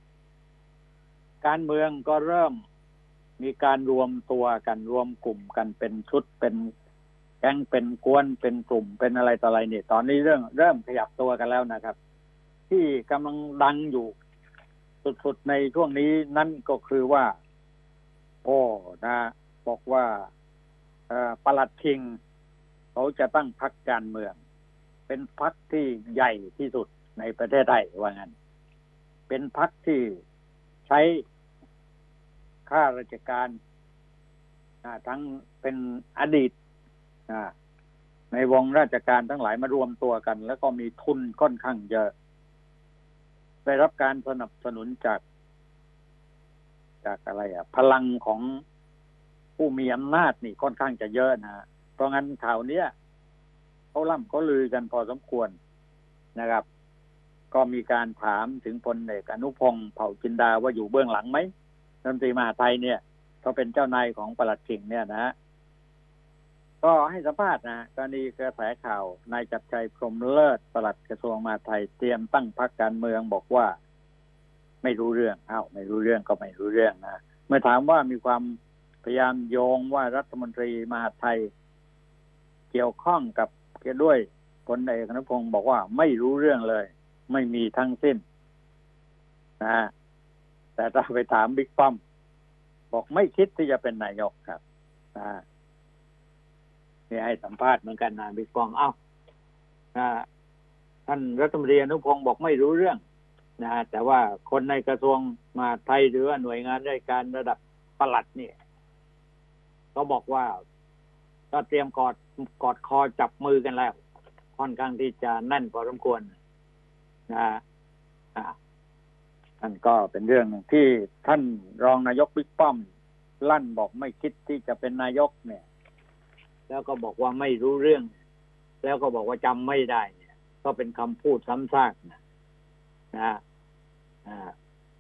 การเมืองก็เริ่มมีการรวมตัวกันรวมกลุ่มกันเป็นชุดเป็นแก๊งเป็นกวนเป็นกลุ่มเป็นอะไรต่ออะไรเนี่ยตอนนี้เรื่องเริ่มขยับตัวกันแล้วนะครับที่กำลังดังอยู่สุดๆในช่วงนี้นั่นก็คือว่าโอ้นะบอกว่าเอ่อปลัดคิงเขาจะตั้งพรรคการเมืองเป็นพรรคที่ใหญ่ที่สุดในประเทศไทยว่างั้นเป็นพรรคที่ใช้ข้าราชการทั้งเป็นอดีตในวงราชการทั้งหลายมารวมตัวกันแล้วก็มีทุนค่อนข้างเยอะได้รับการสนับสนุนจากจากอะไรอ่ะพลังของผู้มีอำนาจนี่ค่อนข้างจะเยอะนะเพราะงั้นข่าวเนี้ยเขาล่ำเขาลือกันพอสมควรนะครับก็มีการถามถึงพลเอกอนุพงษ์เผ่าจินดาว่าอยู่เบื้องหลังไหมรัฐมนตรีมหาดไทยเนี่ยเขาเป็นเจ้านายของปลัดคิงเนี่ยนะก็ให้สัมภาษณ์นะกรณีกระแสข่าวนายจักรชัยพรหมเลิศปลัดกระทรวงมหาดไทยเตรียมตั้งพรรคการเมืองบอกว่าไม่รู้เรื่องอ้าวไม่รู้เรื่องก็ไม่รู้เรื่องนะเมื่อถามว่ามีความพยายามโยงว่ารัฐมนตรีมหาดไทยเกี่ยวข้องกับเกี่ยวด้วยพลเอกอนุพงษ์บอกว่าไม่รู้เรื่องเลยไม่มีทั้งสิ้นนะแต่ถ้าไปถามบิ๊กป้อมบอกไม่คิดที่จะเป็นนายกครับนะนี่ให้สัมภาษณ์เหมือนกันนะบิ๊กป้อมเอ้านะท่านรัฐมนตรีอนุพงษ์บอกไม่รู้เรื่องนะแต่ว่าคนในกระทรวงมหาดไทยหรือว่าหน่วยงานราชการระดับปลัดนี่เขาบอกว่าก็เตรียมกอดกอดคอจับมือกันแล้วค่อนข้างที่จะแน่นพอสมควรนะอ่านั่นก็เป็นเรื่องที่ท่านรองนายกบิ๊กป้อมลั่นบอกไม่คิดที่จะเป็นนายกเนี่ยแล้วก็บอกว่าไม่รู้เรื่องแล้วก็บอกว่าจำไม่ได้เนี่ยก็เป็นคำพูดซ้ำซากนะนะอ่า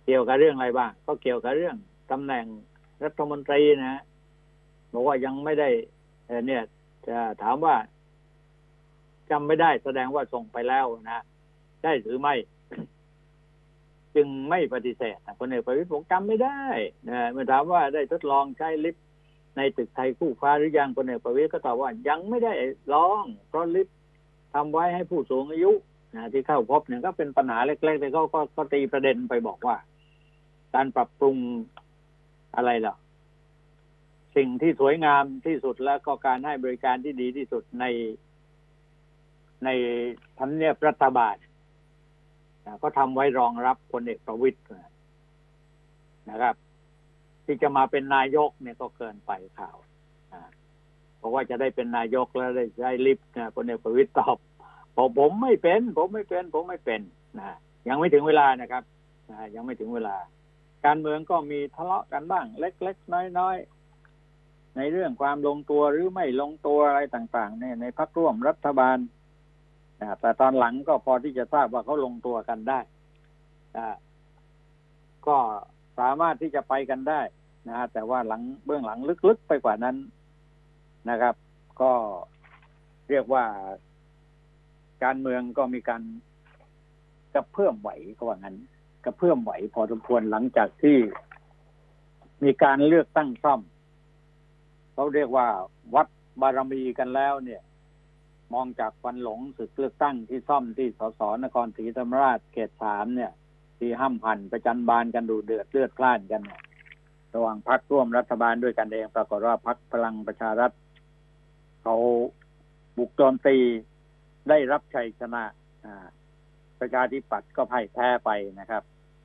เกี่ยวกับเรื่องอะไรบ้างก็เกี่ยวกับเรื่องตำแหน่งรัฐมนตรีนะบอกว่ายังไม่ได้เนี่ยจะถามว่าจำไม่ได้แสดงว่าส่งไปแล้วนะได้หรือไม่ จึงไม่ปฏิเสธพลเอกประวิตรบอกจำไม่ได้นะเมื่อถามว่าได้ทดลองใช้ลิฟต์ในตึกไทยคู่ฟ้าหรือยังพลเอกประวิตรก็ตอบว่ายังไม่ได้ลองเพราะลิฟต์ทำไว้ให้ผู้สูงอายุนะที่เข้าพบเนี่ยก็เป็นปัญหาเล็กๆแต่เขาก็ก็ตีประเด็นไปบอกว่าการปรับปรุงอะไรล่ะสิ่งที่สวยงามที่สุดแล้วก็การให้บริการที่ดีที่สุดในในทำเนียบรัฐบาลก็ทำไว้รองรับพลเอกประวิตรนะครับที่จะมาเป็นนายกเนี่ยก็เกินไปข่าวเพราะว่าจะได้เป็นนายกแล้วได้ได้ลิฟต์นะพลเอกประวิตรตอบผมผมไม่เป็นผมไม่เป็นผมไม่เป็นนะยังไม่ถึงเวลานะครับนะยังไม่ถึงเวลาการเมืองก็มีทะเลาะกันบ้างเล็กๆน้อยๆในเรื่องความลงตัวหรือไม่ลงตัวอะไรต่างๆเนี่ยในพรรคร่วมรัฐบาลแต่ตอนหลังก็พอที่จะทราบว่าเขาลงตัวกันได้ก็สามารถที่จะไปกันได้นะแต่ว่าหลังเบื้องหลังลึกๆไปกว่านั้นนะครับก็เรียกว่าการเมืองก็มีการกระเพื่อมไหวก็ว่างั้นกระเพื่อมไหวพอสมควรหลังจากที่มีการเลือกตั้งซ่อมเขาเรียกว่าวัดบารมีกันแล้วเนี่ยมองจากควันหลงศึกเลือกตั้งที่ซ่อมที่สสนครศรีธรรมราชเขตสามเนี่ยที่ห้ำหั่นประจันบานกันดูเดือดเลือดพล่านกันระหว่างพรรคร่วมรัฐบาลด้วยกันเองปรากฏว่าพรรคพลังประชารัฐเขาบุกโจมตีได้รับชัยชนะประชาธิปัตย์ก็พ่ายแพ้ไปนะครับ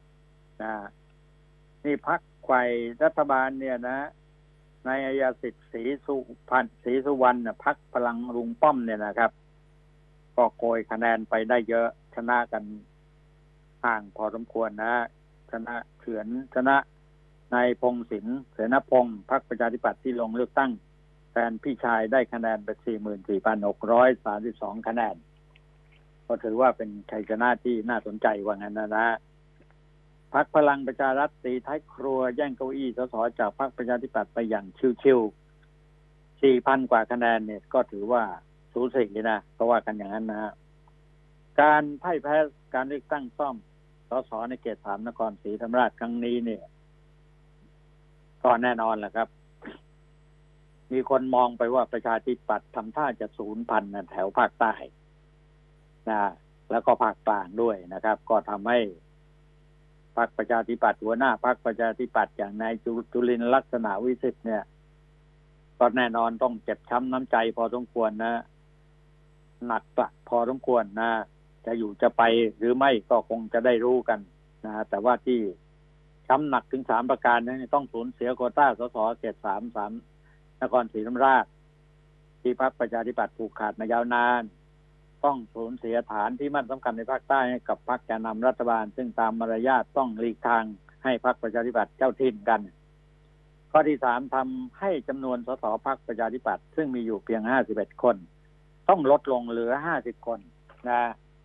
นี่พรรคฝ่ายรัฐบาลเนี่ยนะนายอัยสิทธิ์ศรีสุพันธ์ศรีสุวรรณพรรคพลังลุงป้อมเนี่ยนะครับก็โกยคะแนนไปได้เยอะชนะกันห่างพอสมควรนะชนะเฉือนชนะนายพงศินเสนพงศ์พรรคประชาธิปัตย์ที่ลงเลือกตั้งแทนพี่ชายได้คะแนนไป สี่หมื่นสี่พันหกร้อยสามสิบสอง คะแนนก็ถือว่าเป็นชัยชนะที่น่าสนใจว่างั้นนะนะพรรคพลังประชารัฐตีท้ายครัวแย่งเก้าอี้สสจากพรรคประชาธิปัตย์ไปอย่างชิวๆ สี่พัน กว่าคะแนนเนี่ยก็ถือว่าสูสีนะเพราะว่ากันอย่างนั้นนะฮะการพ่ายแพ้การเลือกตั้งซ่อมสสในเขตสามนครศรีธรรมราชครั้งนี้เนี่ยก็แน่นอนแหละครับมีคนมองไปว่าประชาธิปัตย์ทำท่าจะสูญพันธุ์แถวภาคใต้นะแล้วก็ภาคกลางด้วยนะครับก็ทำให้พรรคประชาธิปัตย์หัวหน้าพรรคประชาธิปัตย์อย่างนายจุลินทร์ลักษณะวิสิทธิ์เนี่ยก็แน่นอนต้องเจ็บช้ำน้ำใจพอสมควรนะหนักกะพอสมควรนะจะอยู่จะไปหรือไม่ก็คงจะได้รู้กันนะแต่ว่าที่ช้ำหนักถึงสามประการนั้นต้องสูญเสียโควต้าสสเขตสามสามนครศรีธรรมราชที่พรรคประชาธิปัตย์ผูกขาดมายาวนานต้องสูญเสียฐานที่มั่นสำคัญในภาคใต้ให้กับพรรคแกนนำรัฐบาลซึ่งตามมารยาทต้องหลีกทางให้พรรคประชาธิปัตย์เจ้าถิ่นกันข้อที่สามทำให้จำนวนสสพรรคประชาธิปัตย์ซึ่งมีอยู่เพียงห้าสิบเอ็ดคนต้องลดลงเหลือห้าสิบคนนะ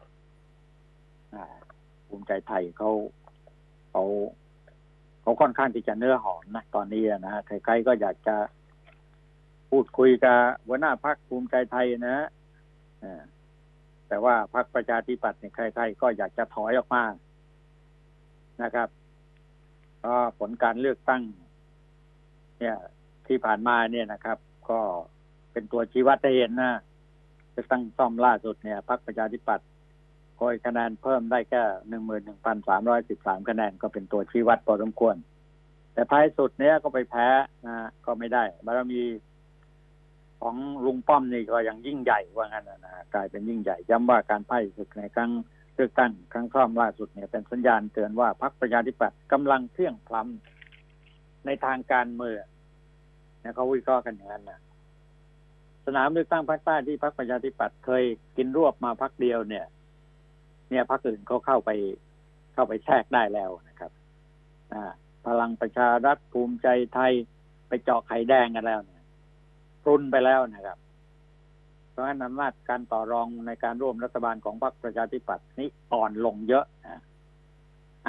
ภูมิใจไทยเขาเขาเขาค่อนข้างที่จะเนื้อหอมนะตอนนี้นะใครๆก็อยากจะพูดคุยกับหัวหน้าพรรคภูมิใจไทยนะแต่ว่าพรรคประชาธิปัตย์เนี่ยใครๆก็อยากจะถอยออกมานะครับก็ผลการเลือกตั้งเนี่ยที่ผ่านมาเนี่ยนะครับก็เป็นตัวชี้วัดให้เห็นนะเลือกตั้งซ่อมล่าสุดเนี่ยพรรคประชาธิปัตย์โกยคะแนนเพิ่มได้แค่ หนึ่งหมื่นหนึ่งพันสามร้อยสิบสาม คะแนนก็เป็นตัวชี้วัดพอสมควรแต่ท้ายสุดเนี่ยก็ไปแพ้นะก็ไม่ได้บารมีของลุงป้อมนี่ก็ยังยิ่งใหญ่ว่างั้นนะกลายเป็นยิ่งใหญ่ย้ำว่าการพ่ายศึกในครั้งเลือกตั้งครั้งซ่อมล่าสุดเนี่ยเป็นสัญญาณเตือนว่าพรรคประชาธิปัตย์กำลังเพลี่ยงพล้ำในทางการเมืองนะเขาวิเคราะห์กันอย่างนั้นนะสนามเลือกตั้งภาคใต้ที่พรรคประชาธิปัตย์เคยกินรวบมาพรรคเดียวเนี่ยเนี่ยพรรคอื่นเขาเข้าไปเข้าไปแทรกได้แล้วนะครับอ่าพลังประชารัฐภูมิใจไทยไปเจาะไข่แดงกันแล้วเนี่ยรุนไปแล้วนะครับเพราะฉะนั้นอำนาจการต่อรองในการร่วมรัฐบาลของพรรคประชาธิปัตย์นี้อ่อนลงเยอะนะ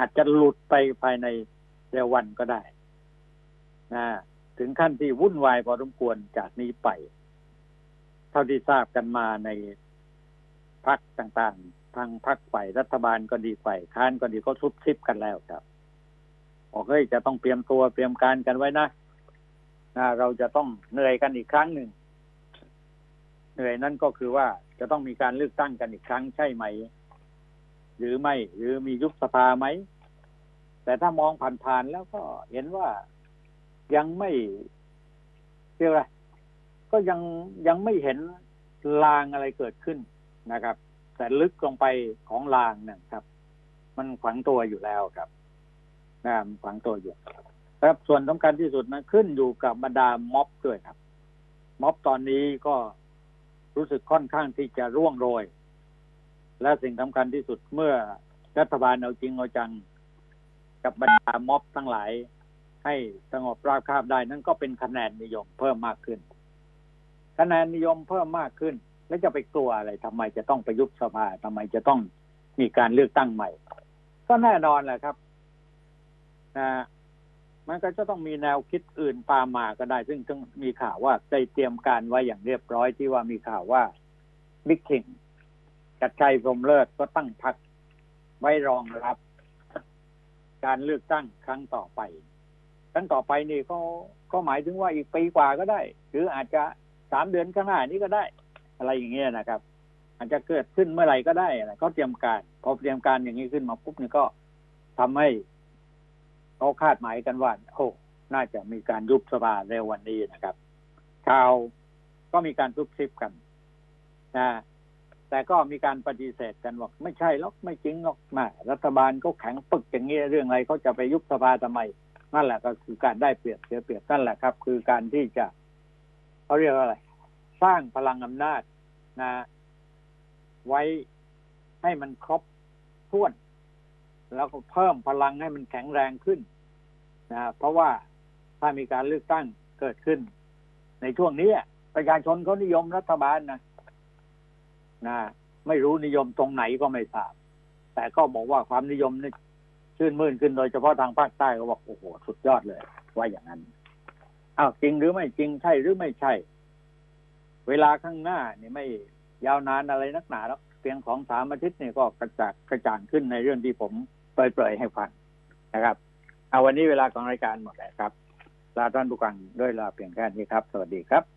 อาจจะหลุดไปภายในเร็ววันก็ได้นะถึงขั้นที่วุ่นวายพอสมควรจากนี้ไปเท่าที่ทราบกันมาในพรรคต่างๆทางพรรคฝ่ายรัฐบาลก็ดีฝ่ายค้านก็ดีก็ซุบซิบกันแล้วครับบอกเฮ้ยจะต้องเตรียมตัวเตรียมการกันไว้นะนะเราจะต้องเหนื่อยกันอีกครั้งหนึ่งเหนื่อยนั่นก็คือว่าจะต้องมีการเลือกตั้งกันอีกครั้งใช่ไหมหรือไม่หรือมียุบสภาไหมแต่ถ้ามองผ่านๆแล้วก็เห็นว่ายังไม่เรียกอะไรก็ยังยังไม่เห็นลางอะไรเกิดขึ้นนะครับแต่ลึกลงไปของลางนะครับมันฝังตัวอยู่แล้วครับนะมันฝังตัวอยู่ครับส่วนสำคัญที่สุดนะขึ้นอยู่กับบรรดาม็อบด้วยครับม็อบตอนนี้ก็รู้สึกค่อนข้างที่จะร่วงโรยและสิ่งสำคัญที่สุดเมื่อรัฐบาลเอาจริงเอาจังกับบรรดาม็อบทั้งหลายให้สงบราบคาบได้นั่นก็เป็นคะแนนนิยมเพิ่มมากขึ้นคะแนนนิยมเพิ่มมากขึ้นแล้วจะไปกลัวอะไรทำไมจะต้องไปยุบสภาทำไมจะต้องมีการเลือกตั้งใหม่ก็แน่นอนแหละครับนะมันก็จะต้องมีแนวคิดอื่นตามมาก็ได้ซึ่งต้องมีข่าวว่าได้เตรียมการไว้อย่างเรียบร้อยที่ว่ามีข่าวว่าบิ๊กคิงชัดชัยพรหมเลิศก็ตั้งพรรคไว้รองรับการเลือกตั้งครั้งต่อไปครั้งต่อไปนี่ก็ก็หมายถึงว่าอีกปีกว่าก็ได้หรืออาจจะสามเดือนข้างหน้านี้ก็ได้อะไรอย่างเงี้ยนะครับอาจจะเกิดขึ้นเมื่อไหร่ก็ได้อะไรเขาเตรียมการพอเตรียมการอย่างนี้ขึ้นมาปุ๊บนี่ก็ทำให้เขาคาดหมายกันว่าโอ้น่าจะมีการยุบสภาเร็ววันนี้นะครับข่าวก็มีการซุบซิบกันนะแต่ก็มีการปฏิเสธกันว่าไม่ใช่หรอกไม่จริงหรอกมารัฐบาลก็แข็งปึกอย่างนี้เรื่องอะไรเขาจะไปยุบสภาทำไมนั่นแหละก็คือการได้เปรียบเสียเปรียบนั่นแหละครับคือการที่จะเขาเรียกว่าอะไรสร้างพลังอำนาจนะไว้ให้มันครบถ้วนแล้วก็เพิ่มพลังให้มันแข็งแรงขึ้นนะเพราะว่าถ้ามีการเลือกตั้งเกิดขึ้นในช่วงนี้ประชาชนเขานิยมรัฐบาลนะนะไม่รู้นิยมตรงไหนก็ไม่ทราบแต่ก็บอกว่าความนิยมนี่ชื่นมื่นขึ้นโดยเฉพาะทางภาคใต้ก็บอกโอ้โหสุดยอดเลยว่าอย่างนั้นอ้าวจริงหรือไม่จริงใช่หรือไม่ใช่เวลาข้างหน้านี่ไม่ยาวนานอะไรนักหนาแล้วเพียงของสามอาทิตย์นี่ก็กระจ่างกระจ่างขึ้นในเรื่องที่ผมเปรยๆให้ฟังนะครับเอาวันนี้เวลาของรายการหมดแล้วครับลาท่านผู้ฟังด้วยลาเพียงแค่นี้ครับสวัสดีครับ